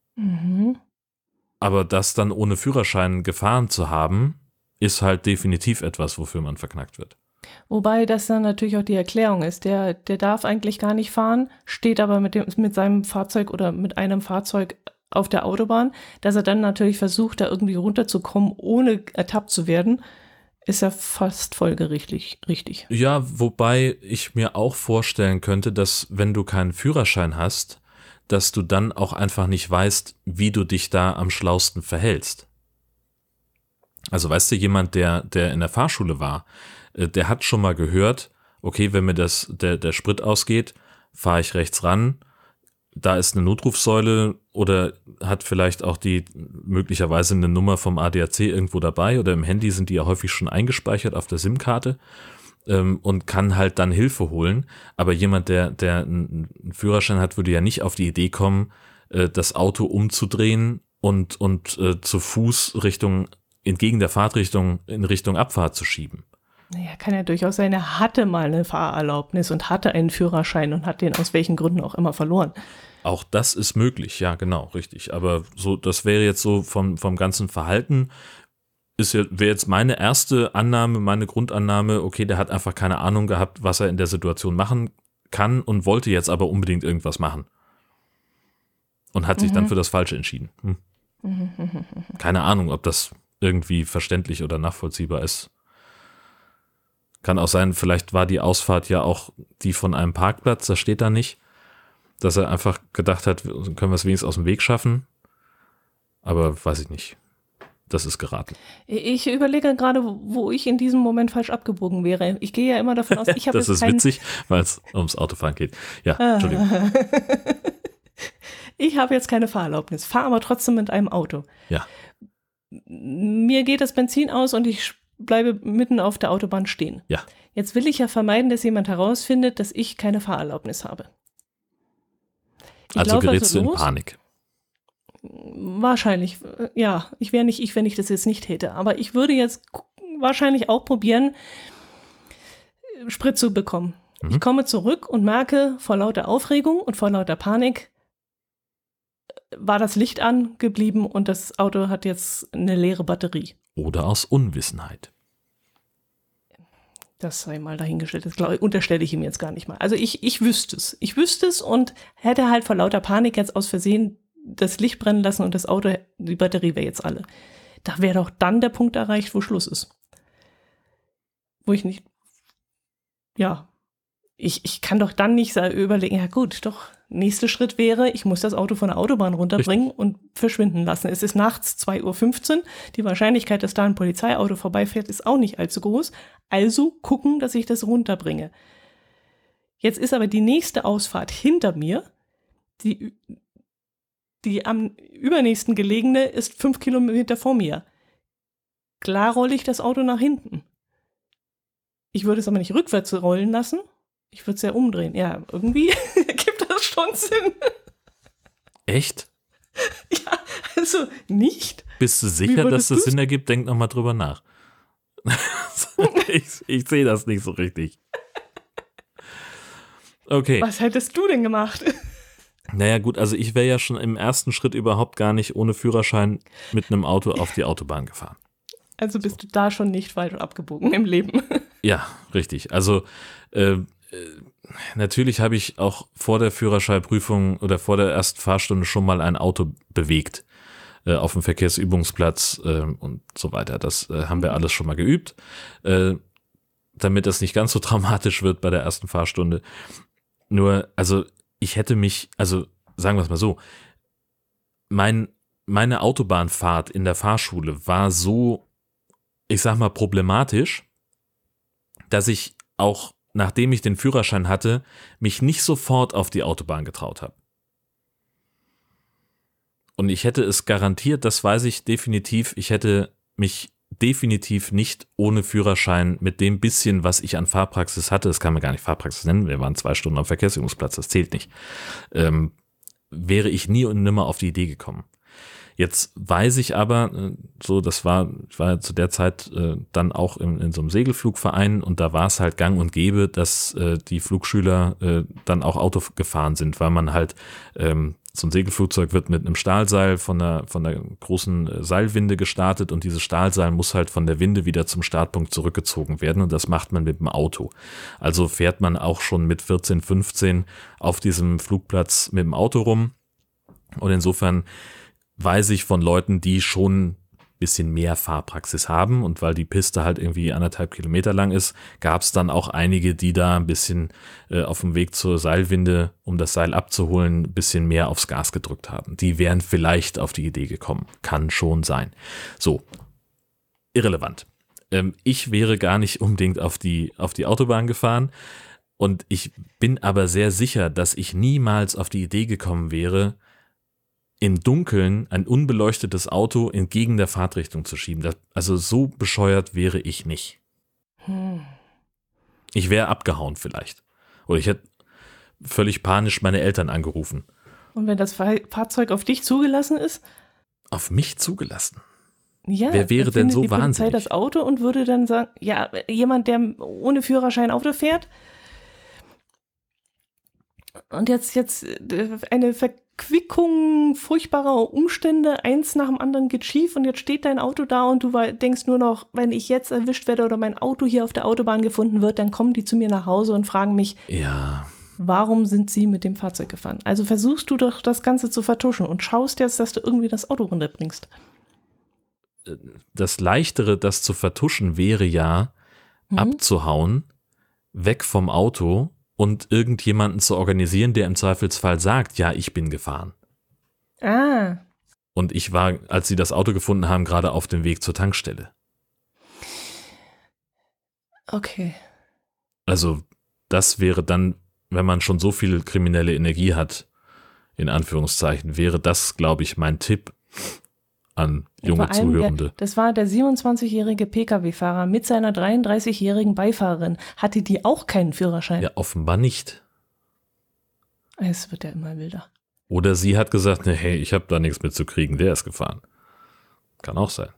aber das dann ohne Führerschein gefahren zu haben, ist halt definitiv etwas, wofür man verknackt wird.
Wobei das dann natürlich auch die Erklärung ist. Der darf eigentlich gar nicht fahren, steht aber mit seinem Fahrzeug oder mit einem Fahrzeug auf der Autobahn, dass er dann natürlich versucht, da irgendwie runterzukommen, ohne ertappt zu werden, ist ja fast folgerichtig, richtig.
Ja, wobei ich mir auch vorstellen könnte, dass wenn du keinen Führerschein hast, dass du dann auch einfach nicht weißt, wie du dich da am schlausten verhältst. Also weißt du, jemand, der in der Fahrschule war, der hat schon mal gehört, okay, wenn mir der Sprit ausgeht, fahre ich rechts ran, da ist eine Notrufsäule oder hat vielleicht auch die möglicherweise eine Nummer vom ADAC irgendwo dabei oder im Handy sind die ja häufig schon eingespeichert auf der SIM-Karte und kann halt dann Hilfe holen. Aber jemand, der einen Führerschein hat, würde ja nicht auf die Idee kommen, das Auto umzudrehen und zu Fuß entgegen der Fahrtrichtung in Richtung Abfahrt zu schieben.
Naja, kann ja durchaus sein, er hatte mal eine Fahrerlaubnis und hatte einen Führerschein und hat den aus welchen Gründen auch immer verloren.
Auch das ist möglich, ja, genau, richtig. Aber so, das wäre jetzt so vom ganzen Verhalten, wäre jetzt meine erste Annahme, meine Grundannahme, okay, der hat einfach keine Ahnung gehabt, was er in der Situation machen kann und wollte jetzt aber unbedingt irgendwas machen. Und hat sich dann für das Falsche entschieden. Keine Ahnung, ob das irgendwie verständlich oder nachvollziehbar ist. Kann auch sein, vielleicht war die Ausfahrt ja auch die von einem Parkplatz, das steht da nicht, dass er einfach gedacht hat, können wir es wenigstens aus dem Weg schaffen, aber weiß ich nicht. Das ist geraten.
Ich überlege gerade, wo ich in diesem Moment falsch abgebogen wäre. Ich gehe ja immer davon aus, ich habe
Das ist witzig, weil es ums Autofahren geht. Ja, Entschuldigung.
Ich habe jetzt keine Fahrerlaubnis, fahre aber trotzdem mit einem Auto.
Ja.
Mir geht das Benzin aus und ich bleibe mitten auf der Autobahn stehen.
Ja.
Jetzt will ich ja vermeiden, dass jemand herausfindet, dass ich keine Fahrerlaubnis habe.
Also gerätst du in Panik?
Wahrscheinlich, ja. Ich wäre nicht ich, wenn ich das jetzt nicht täte. Aber ich würde jetzt wahrscheinlich auch probieren, Sprit zu bekommen. Ich komme zurück und merke, vor lauter Aufregung und vor lauter Panik war das Licht angeblieben und das Auto hat jetzt eine leere Batterie.
Oder aus Unwissenheit.
Das sei mal dahingestellt. Das unterstelle ich ihm jetzt gar nicht mal. Also ich wüsste es. Ich wüsste es und hätte halt vor lauter Panik jetzt aus Versehen das Licht brennen lassen und das Auto, die Batterie wäre jetzt alle. Da wäre doch dann der Punkt erreicht, wo Schluss ist. Wo ich nicht, ja, ich kann doch dann nicht überlegen, ja gut, doch, nächster Schritt wäre, ich muss das Auto von der Autobahn runterbringen und verschwinden lassen. Es ist nachts 2:15 Uhr, die Wahrscheinlichkeit, dass da ein Polizeiauto vorbeifährt, ist auch nicht allzu groß. Also gucken, dass ich das runterbringe. Jetzt ist aber die nächste Ausfahrt hinter mir, die am übernächsten gelegene ist 5 Kilometer vor mir. Klar rolle ich das Auto nach hinten. Ich würde es aber nicht rückwärts rollen lassen. Ich würde es ja umdrehen. Ja, irgendwie gibt das schon Sinn.
Echt?
Ja, also nicht.
Bist du sicher, dass das Sinn ergibt? Denk nochmal drüber nach. Ich sehe das nicht so richtig. Okay.
Was hättest du denn gemacht?
Naja gut, also ich wäre ja schon im ersten Schritt überhaupt gar nicht ohne Führerschein mit einem Auto auf die Autobahn gefahren.
Also bist du da schon nicht falsch abgebogen im Leben.
Ja, richtig. Also natürlich habe ich auch vor der Führerscheinprüfung oder vor der ersten Fahrstunde schon mal ein Auto bewegt auf dem Verkehrsübungsplatz und so weiter. Das haben wir alles schon mal geübt, damit das nicht ganz so traumatisch wird bei der ersten Fahrstunde. Nur, also ich hätte mich, also sagen wir es mal so, meine Autobahnfahrt in der Fahrschule war so, ich sag mal, problematisch, dass ich auch, nachdem ich den Führerschein hatte, mich nicht sofort auf die Autobahn getraut habe. Und ich hätte es garantiert, das weiß ich definitiv, ich hätte mich definitiv nicht ohne Führerschein mit dem bisschen, was ich an Fahrpraxis hatte, das kann man gar nicht Fahrpraxis nennen, wir waren 2 Stunden am Verkehrsübungsplatz, das zählt nicht, wäre ich nie und nimmer auf die Idee gekommen. Jetzt weiß ich aber, so ich war zu der Zeit dann auch in so einem Segelflugverein und da war es halt gang und gäbe, dass die Flugschüler dann auch Auto gefahren sind, weil man halt so ein Segelflugzeug wird mit einem Stahlseil von der großen Seilwinde gestartet und dieses Stahlseil muss halt von der Winde wieder zum Startpunkt zurückgezogen werden und das macht man mit dem Auto. Also fährt man auch schon mit 14, 15 auf diesem Flugplatz mit dem Auto rum und insofern weiß ich von Leuten, die schon ein bisschen mehr Fahrpraxis haben und weil die Piste halt irgendwie 1,5 Kilometer lang ist, gab es dann auch einige, die da ein bisschen auf dem Weg zur Seilwinde, um das Seil abzuholen, ein bisschen mehr aufs Gas gedrückt haben. Die wären vielleicht auf die Idee gekommen. Kann schon sein. So, irrelevant. Ich wäre gar nicht unbedingt auf die Autobahn gefahren und ich bin aber sehr sicher, dass ich niemals auf die Idee gekommen wäre, im Dunkeln ein unbeleuchtetes Auto entgegen der Fahrtrichtung zu schieben. Also so bescheuert wäre ich nicht. Ich wäre abgehauen vielleicht. Oder ich hätte völlig panisch meine Eltern angerufen.
Und wenn das Fahrzeug auf dich zugelassen ist?
Auf mich zugelassen?
Ja.
Wer wäre denn so
die Polizei
wahnsinnig?
Das Auto und würde dann sagen, ja, jemand, der ohne Führerschein Auto fährt und jetzt eine Verquickung furchtbarer Umstände, eins nach dem anderen geht schief und jetzt steht dein Auto da und du denkst nur noch, wenn ich jetzt erwischt werde oder mein Auto hier auf der Autobahn gefunden wird, dann kommen die zu mir nach Hause und fragen mich,
ja,
warum sind sie mit dem Fahrzeug gefahren? Also versuchst du doch das Ganze zu vertuschen und schaust jetzt, dass du irgendwie das Auto runterbringst.
Das Leichtere, das zu vertuschen, wäre ja, abzuhauen, weg vom Auto und irgendjemanden zu organisieren, der im Zweifelsfall sagt, ja, ich bin gefahren.
Ah.
Und ich war, als sie das Auto gefunden haben, gerade auf dem Weg zur Tankstelle.
Okay.
Also das wäre dann, wenn man schon so viel kriminelle Energie hat, in Anführungszeichen, wäre das, glaube ich, mein Tipp an junge Zuhörende.
Das war der 27-jährige Pkw-Fahrer mit seiner 33-jährigen Beifahrerin. Hatte die auch keinen Führerschein?
Ja, offenbar nicht.
Es wird ja immer wilder.
Oder sie hat gesagt, ne, hey, ich habe da nichts mit zu kriegen, der ist gefahren. Kann auch sein.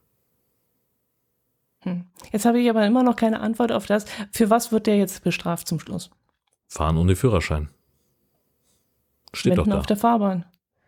Jetzt habe ich aber immer noch keine Antwort auf das. Für was wird der jetzt bestraft zum Schluss?
Fahren ohne Führerschein. Steht
Wenden
doch da.
auf der Fahrbahn.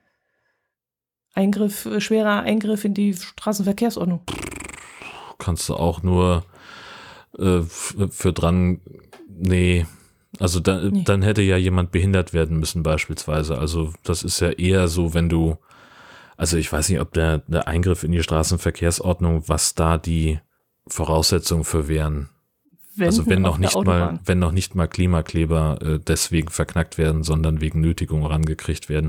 Schwerer Eingriff in die Straßenverkehrsordnung.
Kannst du auch nur für dran, nee. Also dann hätte ja jemand behindert werden müssen beispielsweise. Also das ist ja eher so, wenn du, also ich weiß nicht, ob der Eingriff in die Straßenverkehrsordnung, was da die Voraussetzungen für wären. Also wenn noch nicht mal Klimakleber deswegen verknackt werden, sondern wegen Nötigung rangekriegt werden.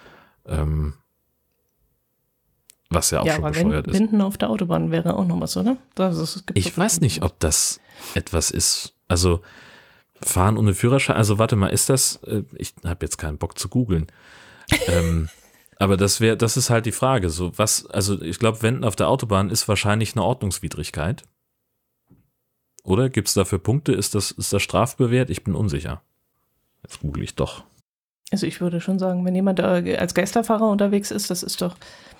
Was ja auch schon bescheuert ist.
Wenden auf der Autobahn wäre auch noch was, oder?
Ich weiß nicht, ob das etwas ist. Also fahren ohne Führerschein, also warte mal, ist das, ich habe jetzt keinen Bock zu googeln. Aber das ist halt die Frage. So was, also ich glaube, Wenden auf der Autobahn ist wahrscheinlich eine Ordnungswidrigkeit. Oder gibt es dafür Punkte? Ist das strafbewehrt? Ich bin unsicher. Jetzt google ich doch.
Also ich würde schon sagen, wenn jemand als Geisterfahrer unterwegs ist, das ist doch.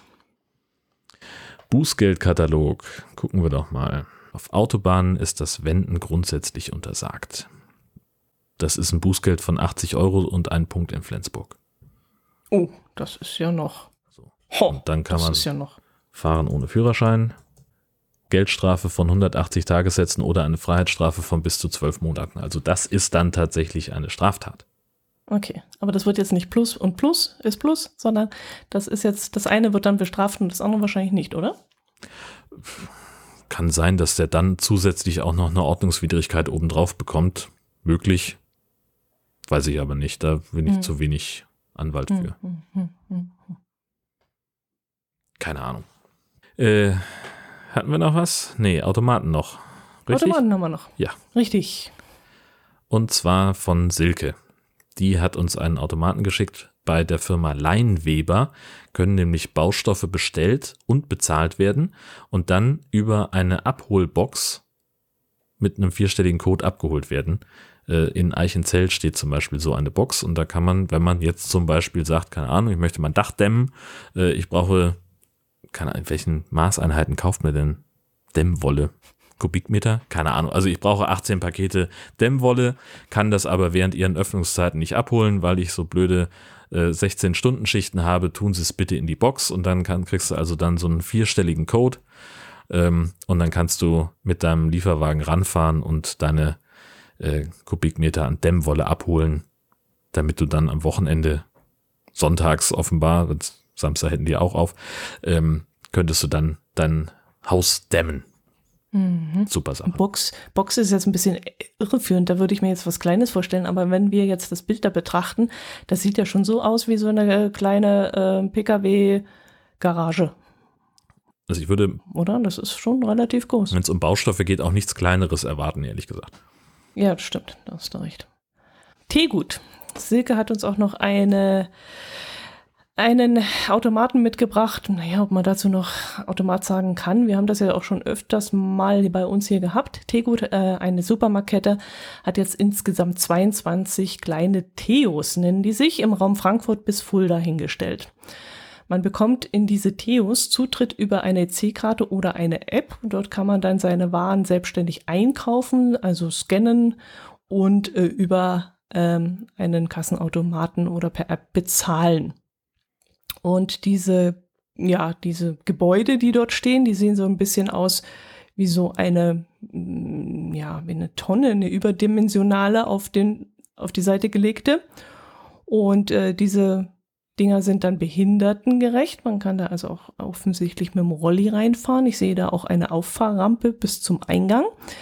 Bußgeldkatalog. Gucken wir doch mal. Auf Autobahnen ist das Wenden grundsätzlich untersagt. Das ist ein Bußgeld von 80 € und ein Punkt in Flensburg.
Oh, das ist ja noch.
So. Und dann kann man fahren ohne Führerschein, Geldstrafe von 180 Tagessätzen oder eine Freiheitsstrafe von bis zu 12 Monaten. Also das ist dann tatsächlich eine Straftat.
Okay, aber das wird jetzt nicht Plus und Plus ist Plus, sondern das ist jetzt, das eine wird dann bestraft und das andere wahrscheinlich nicht, oder?
Kann sein, dass der dann zusätzlich auch noch eine Ordnungswidrigkeit obendrauf bekommt. Möglich. Weiß ich aber nicht. Da bin ich zu wenig Anwalt für. Keine Ahnung. Hatten wir noch was? Nee, Automaten noch. Richtig?
Automaten haben wir noch.
Ja.
Richtig.
Und zwar von Silke. Die hat uns einen Automaten geschickt. Bei der Firma Leinweber können nämlich Baustoffe bestellt und bezahlt werden und dann über eine Abholbox mit einem 4-stelligen Code abgeholt werden. In Eichenzell steht zum Beispiel so eine Box und da kann man, wenn man jetzt zum Beispiel sagt, keine Ahnung, ich möchte mein Dach dämmen, ich brauche, keine Ahnung, in welchen Maßeinheiten kauft man denn Dämmwolle? Kubikmeter? Keine Ahnung. Also ich brauche 18 Pakete Dämmwolle, kann das aber während ihren Öffnungszeiten nicht abholen, weil ich so blöde 16-Stunden-Schichten habe. Tun Sie es bitte in die Box und dann kriegst du also dann so einen 4-stelligen Code und dann kannst du mit deinem Lieferwagen ranfahren und deine Kubikmeter an Dämmwolle abholen, damit du dann am Wochenende, sonntags offenbar, Samstag hätten die auch auf, könntest du dann dein Haus dämmen. Super Sache.
Box ist jetzt ein bisschen irreführend, da würde ich mir jetzt was Kleines vorstellen, aber wenn wir jetzt das Bild da betrachten, das sieht ja schon so aus wie so eine kleine PKW-Garage.
Also ich würde,
oder? Das ist schon relativ groß.
Wenn es um Baustoffe geht, auch nichts Kleineres erwarten, ehrlich gesagt.
Ja, das stimmt, da hast du recht. Teegut. Silke hat uns auch noch einen Automaten mitgebracht. Naja, ob man dazu noch Automat sagen kann. Wir haben das ja auch schon öfters mal bei uns hier gehabt. Teegut, eine Supermarktkette, hat jetzt insgesamt 22 kleine Theos, nennen die sich, im Raum Frankfurt bis Fulda hingestellt. Man bekommt in diese Theos Zutritt über eine EC-Karte oder eine App. Dort kann man dann seine Waren selbstständig einkaufen, also scannen und über einen Kassenautomaten oder per App bezahlen. Und diese Gebäude, die dort stehen, die sehen so ein bisschen aus wie so eine, wie eine Tonne, eine überdimensionale auf die Seite gelegte. Und diese Dinger sind dann behindertengerecht. Man kann da also auch offensichtlich mit dem Rolli reinfahren. Ich sehe da auch eine Auffahrrampe bis zum Eingang.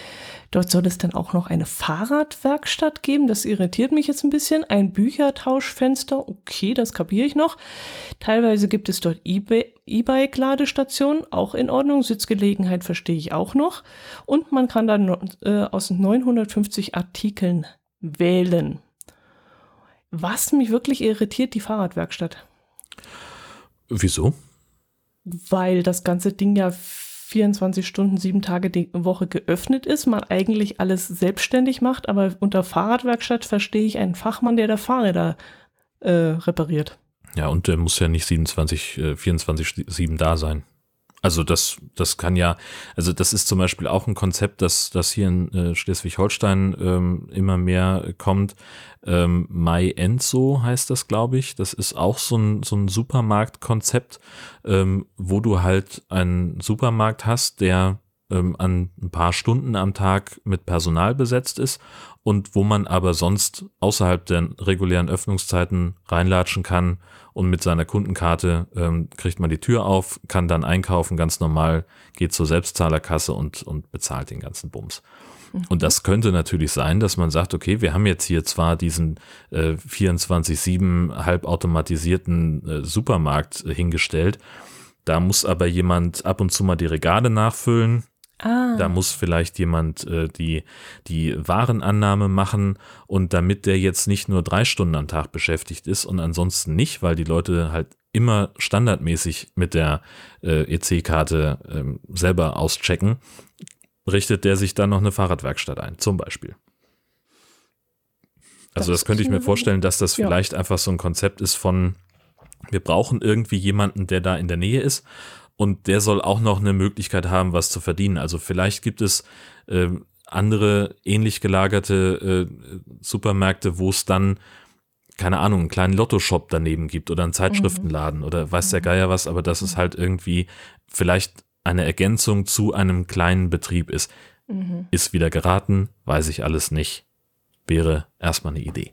Dort soll es dann auch noch eine Fahrradwerkstatt geben. Das irritiert mich jetzt ein bisschen. Ein Büchertauschfenster. Okay, das kapiere ich noch. Teilweise gibt es dort E-Bike-Ladestationen. Auch in Ordnung. Sitzgelegenheit verstehe ich auch noch. Und man kann dann aus 950 Artikeln wählen. Was mich wirklich irritiert, die Fahrradwerkstatt.
Wieso?
Weil das ganze Ding ja 24 Stunden, 7 Tage die Woche geöffnet ist, man eigentlich alles selbstständig macht, aber unter Fahrradwerkstatt verstehe ich einen Fachmann, der da Fahrräder repariert.
Ja, und der muss ja nicht 24/7 da sein. Also das kann ja, also das ist zum Beispiel auch ein Konzept, das hier in Schleswig-Holstein immer mehr kommt. MyEnso heißt das, glaube ich. Das ist auch so ein Supermarktkonzept, wo du halt einen Supermarkt hast, der an ein paar Stunden am Tag mit Personal besetzt ist und wo man aber sonst außerhalb der regulären Öffnungszeiten reinlatschen kann und mit seiner Kundenkarte kriegt man die Tür auf, kann dann einkaufen, ganz normal, geht zur Selbstzahlerkasse und bezahlt den ganzen Bums. Und das könnte natürlich sein, dass man sagt, okay, wir haben jetzt hier zwar diesen 24/7 halbautomatisierten Supermarkt hingestellt, da muss aber jemand ab und zu mal die Regale nachfüllen. Da muss vielleicht jemand die Warenannahme machen und damit der jetzt nicht nur 3 Stunden am Tag beschäftigt ist und ansonsten nicht, weil die Leute halt immer standardmäßig mit der EC-Karte selber auschecken, richtet der sich dann noch eine Fahrradwerkstatt ein, zum Beispiel. Also das könnte ich mir vorstellen, dass das vielleicht einfach so ein Konzept ist von, wir brauchen irgendwie jemanden, der da in der Nähe ist. Und der soll auch noch eine Möglichkeit haben, was zu verdienen. Also vielleicht gibt es andere ähnlich gelagerte Supermärkte, wo es dann, keine Ahnung, einen kleinen Lottoshop daneben gibt oder einen Zeitschriftenladen oder weiß der Geier was, aber dass es halt irgendwie vielleicht eine Ergänzung zu einem kleinen Betrieb ist. Ist wieder geraten, weiß ich alles nicht. Wäre erstmal eine Idee.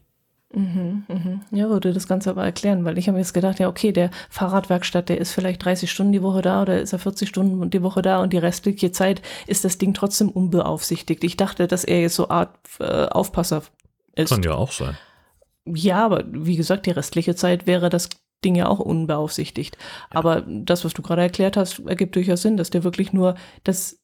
Ja, würde das Ganze aber erklären, weil ich habe jetzt gedacht, ja okay, der Fahrradwerkstatt, der ist vielleicht 30 Stunden die Woche da oder ist er 40 Stunden die Woche da und die restliche Zeit ist das Ding trotzdem unbeaufsichtigt. Ich dachte, dass er jetzt so Art Aufpasser ist.
Kann ja auch sein.
Ja, aber wie gesagt, die restliche Zeit wäre das Ding ja auch unbeaufsichtigt. Ja. Aber das, was du gerade erklärt hast, ergibt durchaus Sinn, dass der wirklich nur das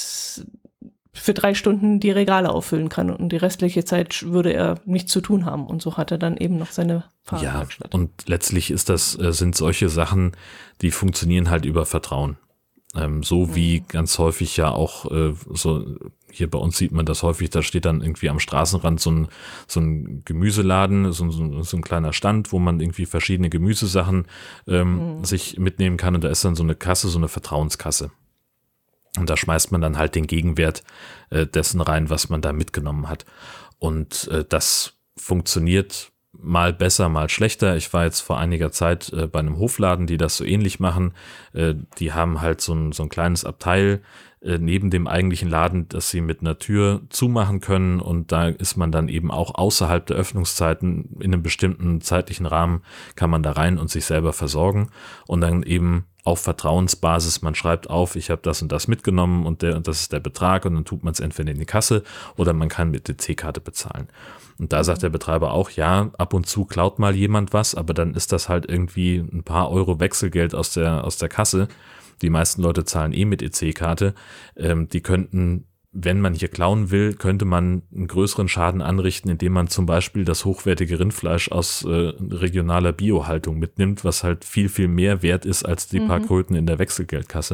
für 3 Stunden die Regale auffüllen kann und die restliche Zeit würde er nichts zu tun haben. Und so hat er dann eben noch seine Fahrradwerkstatt.
Ja, und letztlich sind solche Sachen, die funktionieren halt über Vertrauen. So wie ganz häufig ja auch so, hier bei uns sieht man das häufig, da steht dann irgendwie am Straßenrand so ein Gemüseladen, so ein kleiner Stand, wo man irgendwie verschiedene Gemüsesachen sich mitnehmen kann und da ist dann so eine Kasse, so eine Vertrauenskasse. Und da schmeißt man dann halt den Gegenwert dessen rein, was man da mitgenommen hat. Und das funktioniert mal besser, mal schlechter. Ich war jetzt vor einiger Zeit bei einem Hofladen, die das so ähnlich machen. Die haben halt so ein kleines Abteil neben dem eigentlichen Laden, das sie mit einer Tür zumachen können. Und da ist man dann eben auch außerhalb der Öffnungszeiten in einem bestimmten zeitlichen Rahmen, kann man da rein und sich selber versorgen. Und dann eben auf Vertrauensbasis, man schreibt auf, ich habe das und das mitgenommen und das ist der Betrag und dann tut man es entweder in die Kasse oder man kann mit EC-Karte bezahlen. Und da sagt der Betreiber auch, ja, ab und zu klaut mal jemand was, aber dann ist das halt irgendwie ein paar Euro Wechselgeld aus der Kasse. Die meisten Leute zahlen mit EC-Karte. Die könnten, wenn man hier klauen will, könnte man einen größeren Schaden anrichten, indem man zum Beispiel das hochwertige Rindfleisch aus regionaler Biohaltung mitnimmt, was halt viel, viel mehr wert ist als die paar Kröten in der Wechselgeldkasse.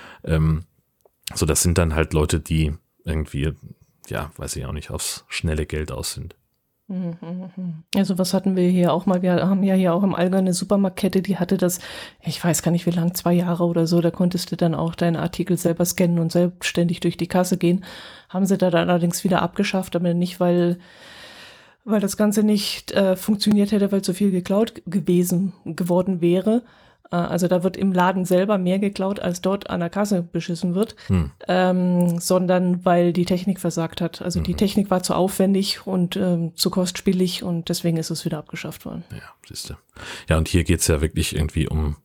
So, das sind dann halt Leute, die irgendwie, ja, weiß ich auch nicht, aufs schnelle Geld aus sind.
Also was hatten wir hier auch mal, wir haben ja hier auch im Allgäu eine Supermarktkette, die hatte das, ich weiß gar nicht wie lang, 2 Jahre oder so, da konntest du dann auch deine Artikel selber scannen und selbstständig durch die Kasse gehen. Haben sie da dann allerdings wieder abgeschafft, aber nicht, weil das Ganze nicht funktioniert hätte, weil zu viel geklaut geworden wäre. Also da wird im Laden selber mehr geklaut, als dort an der Kasse beschissen wird, sondern weil die Technik versagt hat. Also die Technik war zu aufwendig und zu kostspielig und deswegen ist es wieder abgeschafft worden.
Ja, siehst du. Ja, und hier geht's ja wirklich irgendwie um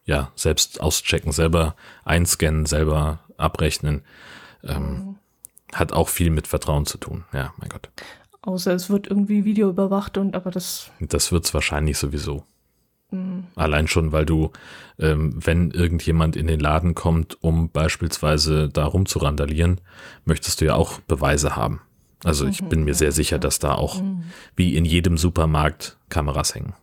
selbst auschecken, selber einscannen, selber abrechnen. Hat auch viel mit Vertrauen zu tun. Ja, mein Gott.
Außer es wird irgendwie Video überwacht aber das.
Das wird es wahrscheinlich sowieso. Allein schon, weil du, wenn irgendjemand in den Laden kommt, um beispielsweise da rumzurandalieren, möchtest du ja auch Beweise haben. Also ich bin mir sehr sicher, dass da auch wie in jedem Supermarkt Kameras hängen.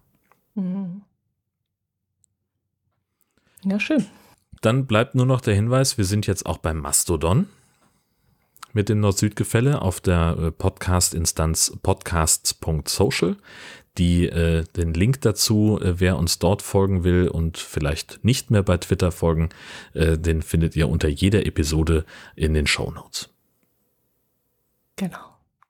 Ja, schön.
Dann bleibt nur noch der Hinweis, wir sind jetzt auch beim Mastodon mit dem Nord-Süd-Gefälle auf der Podcast-Instanz podcasts.social. Den Link dazu, wer uns dort folgen will und vielleicht nicht mehr bei Twitter folgen, den findet ihr unter jeder Episode in den Shownotes.
Genau.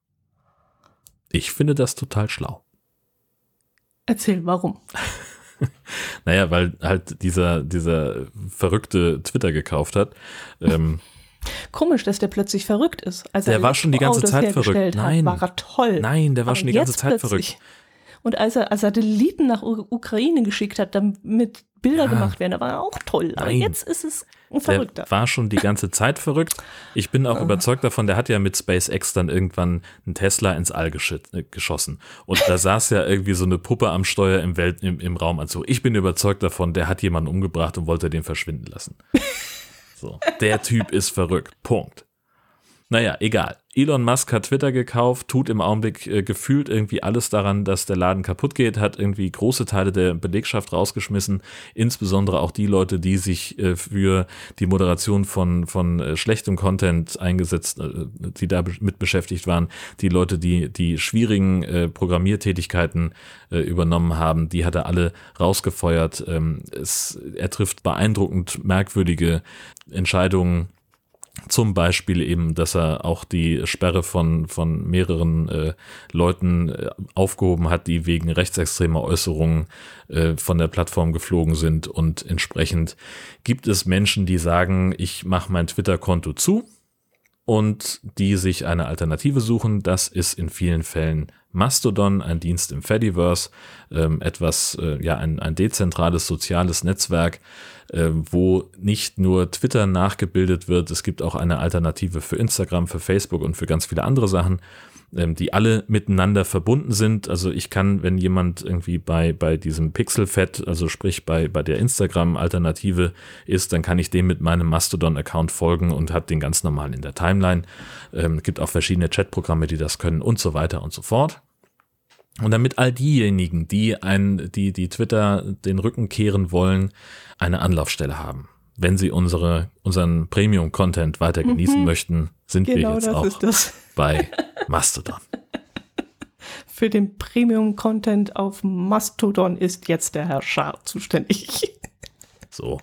Ich finde das total schlau.
Erzähl, warum?
Naja, weil halt dieser verrückte Twitter gekauft hat.
Komisch, dass der plötzlich verrückt ist.
Der war schon die ganze Zeit verrückt. Nein,
war er toll.
Nein, der war schon die ganze Zeit
plötzlich.
Verrückt.
Und als er Satelliten nach Ukraine geschickt hat, damit Bilder gemacht werden, da war er auch toll. Aber jetzt ist es ein Verrückter.
Der war schon die ganze Zeit verrückt. Ich bin auch überzeugt davon, der hat ja mit SpaceX dann irgendwann einen Tesla ins All geschossen. Und da saß ja irgendwie so eine Puppe am Steuer im Raumanzug. Ich bin überzeugt davon, der hat jemanden umgebracht und wollte den verschwinden lassen. So, der Typ ist verrückt. Punkt. Naja, egal. Elon Musk hat Twitter gekauft, tut im Augenblick gefühlt irgendwie alles daran, dass der Laden kaputt geht, hat irgendwie große Teile der Belegschaft rausgeschmissen, insbesondere auch die Leute, die sich für die Moderation von schlechtem Content eingesetzt, die da mit beschäftigt waren, die Leute, die schwierigen Programmiertätigkeiten übernommen haben, die hat er alle rausgefeuert. Er trifft beeindruckend merkwürdige Entscheidungen. Zum Beispiel eben, dass er auch die Sperre von mehreren Leuten aufgehoben hat, die wegen rechtsextremer Äußerungen von der Plattform geflogen sind. Und entsprechend gibt es Menschen, die sagen, ich mache mein Twitter-Konto zu und die sich eine Alternative suchen. Das ist in vielen Fällen Mastodon, ein Dienst im Fediverse, ein dezentrales soziales Netzwerk, wo nicht nur Twitter nachgebildet wird, es gibt auch eine Alternative für Instagram, für Facebook und für ganz viele andere Sachen, die alle miteinander verbunden sind. Also ich kann, wenn jemand irgendwie bei diesem Pixelfed, also sprich bei der Instagram-Alternative ist, dann kann ich dem mit meinem Mastodon-Account folgen und hat den ganz normal in der Timeline. Es gibt auch verschiedene Chatprogramme, die das können und so weiter und so fort. Und damit all diejenigen, die Twitter den Rücken kehren wollen, eine Anlaufstelle haben. Wenn sie unseren Premium-Content weiter genießen möchten, sind wir jetzt auch bei Mastodon.
Für den Premium-Content auf Mastodon ist jetzt der Herr Schaar zuständig.
So.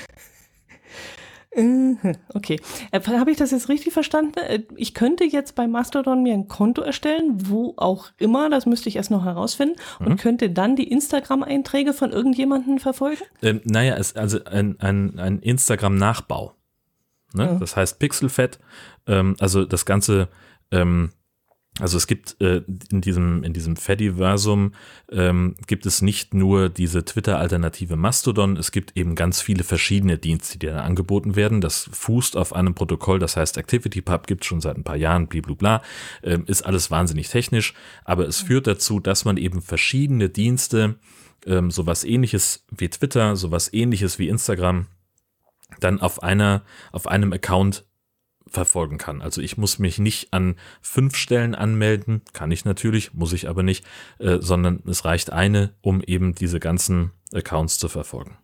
Okay. Habe ich das jetzt richtig verstanden? Ich könnte jetzt bei Mastodon mir ein Konto erstellen, wo auch immer, das müsste ich erst noch herausfinden, und könnte dann die Instagram-Einträge von irgendjemandem verfolgen?
Es ist also ein Instagram-Nachbau. Ne? Ja. Das heißt Pixelfed, also das Ganze, also es gibt in diesem Fediversum gibt es nicht nur diese Twitter-Alternative Mastodon, es gibt eben ganz viele verschiedene Dienste, die da angeboten werden. Das fußt auf einem Protokoll, das heißt ActivityPub, gibt es schon seit ein paar Jahren, blablabla, ist alles wahnsinnig technisch, aber es führt dazu, dass man eben verschiedene Dienste, sowas ähnliches wie Twitter, sowas ähnliches wie Instagram, dann auf einem Account verfolgen kann. Also ich muss mich nicht an 5 Stellen anmelden, kann ich natürlich, muss ich aber nicht, sondern es reicht eine, um eben diese ganzen Accounts zu verfolgen.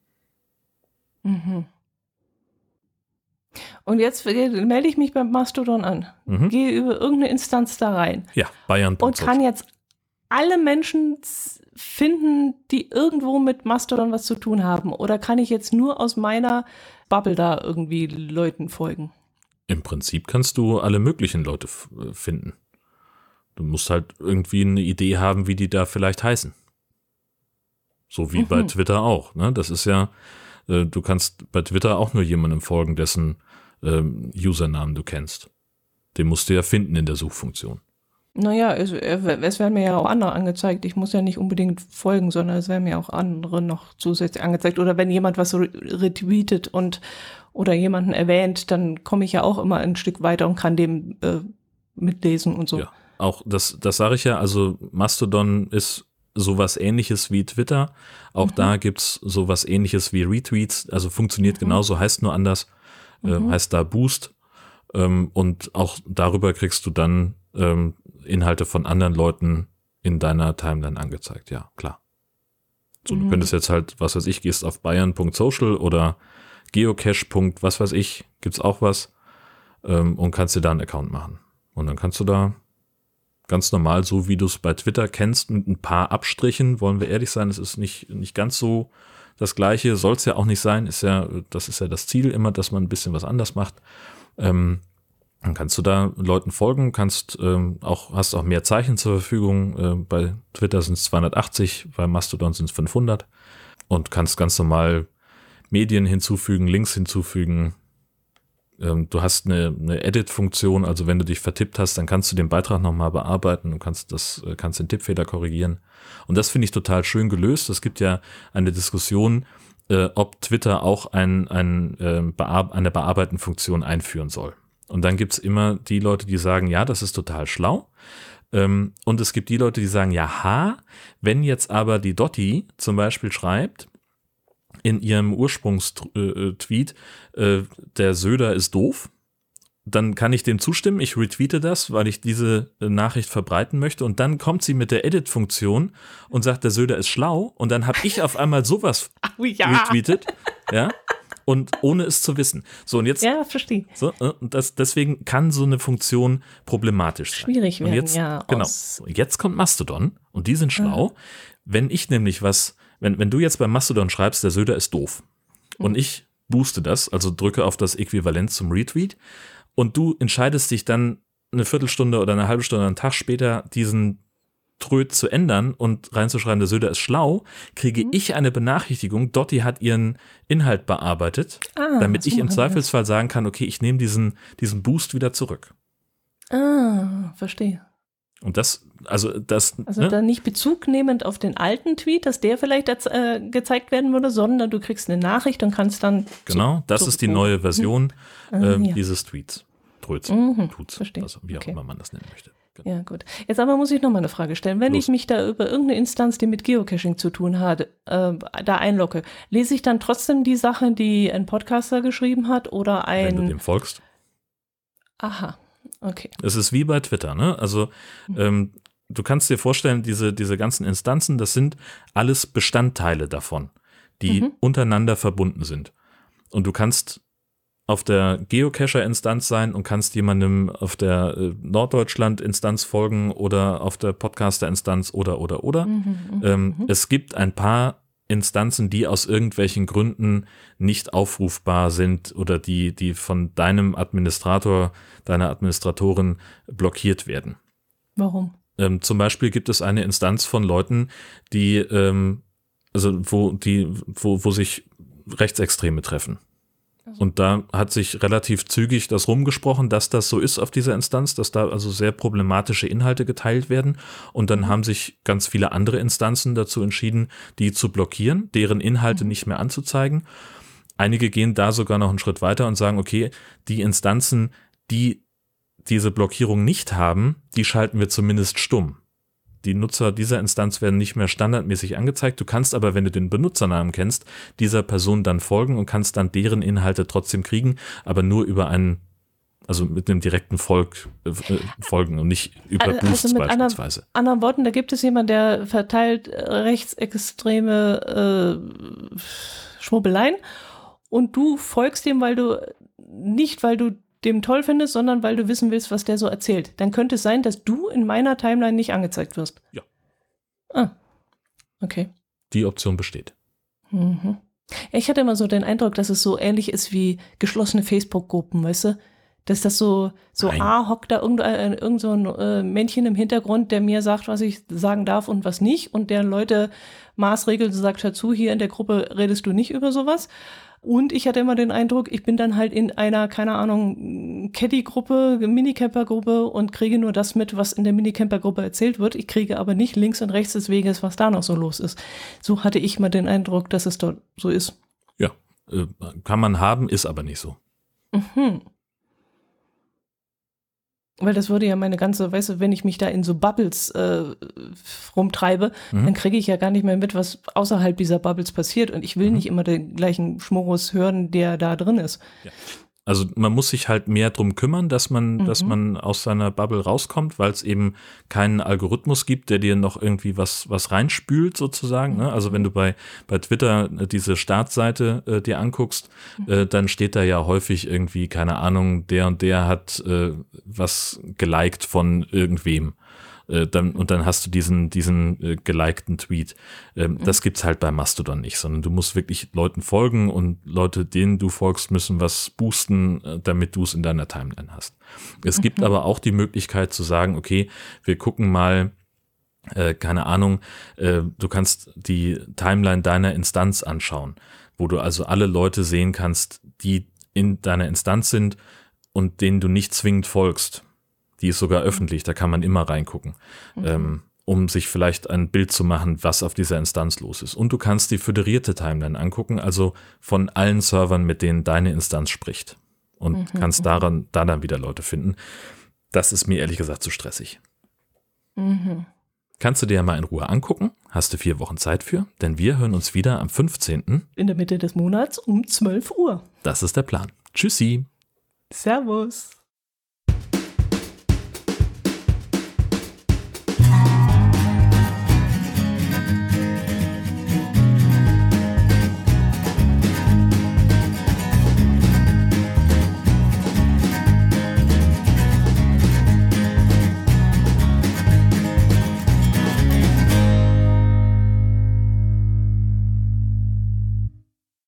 Mhm. Und jetzt melde ich mich beim Mastodon an, gehe über irgendeine Instanz da rein.
Ja, Bayern.
Und kann jetzt alle Menschen finden, die irgendwo mit Mastodon was zu tun haben? Oder kann ich jetzt nur aus meiner Bubble da irgendwie Leuten folgen?
Im Prinzip kannst du alle möglichen Leute finden. Du musst halt irgendwie eine Idee haben, wie die da vielleicht heißen. So wie bei Twitter auch. Ne? Das ist ja, du kannst bei Twitter auch nur jemandem folgen, dessen Usernamen du kennst. Den musst du ja finden in der Suchfunktion.
Naja, es werden mir ja auch andere angezeigt. Ich muss ja nicht unbedingt folgen, sondern es werden mir auch andere noch zusätzlich angezeigt. Oder wenn jemand was retweetet oder jemanden erwähnt, dann komme ich ja auch immer ein Stück weiter und kann dem mitlesen und so.
Ja, auch das sage ich ja, also Mastodon ist sowas Ähnliches wie Twitter. Auch da gibt's sowas Ähnliches wie Retweets, also funktioniert genauso, heißt nur anders, heißt da Boost. Und auch darüber kriegst du dann Inhalte von anderen Leuten in deiner Timeline angezeigt, ja, klar. So, du könntest jetzt halt, was weiß ich, gehst auf bayern.social oder geocache. Was weiß ich, gibt's auch was, und kannst dir da einen Account machen. Und dann kannst du da ganz normal, so wie du es bei Twitter kennst, mit ein paar Abstrichen, wollen wir ehrlich sein, es ist nicht ganz so das Gleiche, soll es ja auch nicht sein, das ist ja das Ziel immer, dass man ein bisschen was anders macht. Dann kannst du da Leuten folgen, hast auch mehr Zeichen zur Verfügung. Bei Twitter sind es 280, bei Mastodon sind es 500 und kannst ganz normal Medien hinzufügen, Links hinzufügen. Du hast eine Edit-Funktion, also wenn du dich vertippt hast, dann kannst du den Beitrag nochmal bearbeiten und kannst den Tippfehler korrigieren. Und das finde ich total schön gelöst. Es gibt ja eine Diskussion, ob Twitter auch eine Bearbeiten-Funktion einführen soll. Und dann gibt's immer die Leute, die sagen, ja, das ist total schlau. Und es gibt die Leute, die sagen, jaha, wenn jetzt aber die Dotti zum Beispiel schreibt, in ihrem Ursprungstweet, der Söder ist doof, dann kann ich dem zustimmen, ich retweete das, weil ich diese Nachricht verbreiten möchte und dann kommt sie mit der Edit-Funktion und sagt, der Söder ist schlau und dann habe ich auf einmal sowas retweetet, ja, und ohne es zu wissen. So, und jetzt.
Ja, verstehe.
So, deswegen kann so eine Funktion problematisch sein.
Schwierig werden,
und jetzt,
ja.
Genau. Jetzt kommt Mastodon und die sind schlau. Wenn ich nämlich wenn du jetzt bei Mastodon schreibst, der Söder ist doof und ich booste das, also drücke auf das Äquivalent zum Retweet und du entscheidest dich dann eine Viertelstunde oder eine halbe Stunde, einen Tag später diesen Tröd zu ändern und reinzuschreiben, der Söder ist schlau, kriege ich eine Benachrichtigung, Dotti hat ihren Inhalt bearbeitet, damit ich im Zweifelsfall sagen kann, okay, ich nehme diesen Boost wieder zurück.
Verstehe.
Und das
ne? Dann nicht Bezug nehmend auf den alten Tweet, dass der vielleicht gezeigt werden würde, sondern du kriegst eine Nachricht und kannst dann.
Genau, das ist die neue Version dieses Tweets.
Verstehe.
Also wie auch immer man das nennen möchte.
Genau. Ja, gut. Jetzt aber muss ich noch mal eine Frage stellen. Wenn ich mich da über irgendeine Instanz, die mit Geocaching zu tun hat, da einlogge, lese ich dann trotzdem die Sache, die ein Podcaster geschrieben hat oder
Wenn du dem folgst.
Aha, okay.
Es ist wie bei Twitter, ne? Also du kannst dir vorstellen, diese ganzen Instanzen, das sind alles Bestandteile davon, die untereinander verbunden sind. Und du kannst auf der Geocacher-Instanz sein und kannst jemandem auf der Norddeutschland-Instanz folgen oder auf der Podcaster-Instanz oder. Es gibt ein paar Instanzen, die aus irgendwelchen Gründen nicht aufrufbar sind oder die von deinem Administrator, deiner Administratorin blockiert werden.
Warum?
Zum Beispiel gibt es eine Instanz von Leuten, die, wo sich Rechtsextreme treffen. Und da hat sich relativ zügig das rumgesprochen, dass das so ist auf dieser Instanz, dass da also sehr problematische Inhalte geteilt werden. Und dann haben sich ganz viele andere Instanzen dazu entschieden, die zu blockieren, deren Inhalte nicht mehr anzuzeigen. Einige gehen da sogar noch einen Schritt weiter und sagen, okay, die Instanzen, die diese Blockierung nicht haben, die schalten wir zumindest stumm. Die Nutzer dieser Instanz werden nicht mehr standardmäßig angezeigt. Du kannst aber, wenn du den Benutzernamen kennst, dieser Person dann folgen und kannst dann deren Inhalte trotzdem kriegen, aber nur über mit einem direkten folgen und nicht über Boosts
mit
beispielsweise.
Anderen Worten, da gibt es jemanden, der verteilt rechtsextreme Schwurbeleien und du folgst dem, weil du dem toll findest, sondern weil du wissen willst, was der so erzählt. Dann könnte es sein, dass du in meiner Timeline nicht angezeigt wirst.
Ja.
Okay.
Die Option besteht.
Ich hatte immer so den Eindruck, dass es so ähnlich ist wie geschlossene Facebook-Gruppen, weißt du? Dass das so hockt da irgend so ein Männchen im Hintergrund, der mir sagt, was ich sagen darf und was nicht und der Leute maßregelt und sagt, hör zu, hier in der Gruppe redest du nicht über sowas. Und ich hatte immer den Eindruck, ich bin dann halt in einer, keine Ahnung, Caddy-Gruppe, Minicamper-Gruppe und kriege nur das mit, was in der Minicamper-Gruppe erzählt wird. Ich kriege aber nicht links und rechts des Weges, was da noch so los ist. So hatte ich mal den Eindruck, dass es dort so ist.
Ja, kann man haben, ist aber nicht so.
Mhm. Weil das würde ja meine ganze, weißt du, wenn ich mich da in so Bubbles rumtreibe, dann kriege ich ja gar nicht mehr mit, was außerhalb dieser Bubbles passiert. Und ich will nicht immer den gleichen Schmorus hören, der da drin ist.
Ja. Also man muss sich halt mehr drum kümmern, dass man aus seiner Bubble rauskommt, weil es eben keinen Algorithmus gibt, der dir noch irgendwie was reinspült sozusagen. Ne? Also wenn du bei Twitter diese Startseite dir anguckst, dann steht da ja häufig irgendwie, keine Ahnung, der und der hat was geliked von irgendwem. Und dann hast du diesen gelikten Tweet. Das gibt's halt bei Mastodon nicht, sondern du musst wirklich Leuten folgen und Leute, denen du folgst, müssen was boosten, damit du es in deiner Timeline hast. Es gibt aber auch die Möglichkeit zu sagen, okay, wir gucken mal, keine Ahnung, du kannst die Timeline deiner Instanz anschauen, wo du also alle Leute sehen kannst, die in deiner Instanz sind und denen du nicht zwingend folgst. Die ist sogar öffentlich, da kann man immer reingucken, um sich vielleicht ein Bild zu machen, was auf dieser Instanz los ist. Und du kannst die föderierte Timeline angucken, also von allen Servern, mit denen deine Instanz spricht. Und kannst da dann wieder Leute finden. Das ist mir ehrlich gesagt zu stressig. Kannst du dir ja mal in Ruhe angucken, hast du 4 Wochen Zeit für, denn wir hören uns wieder am 15.
In der Mitte des Monats um 12 Uhr.
Das ist der Plan. Tschüssi.
Servus.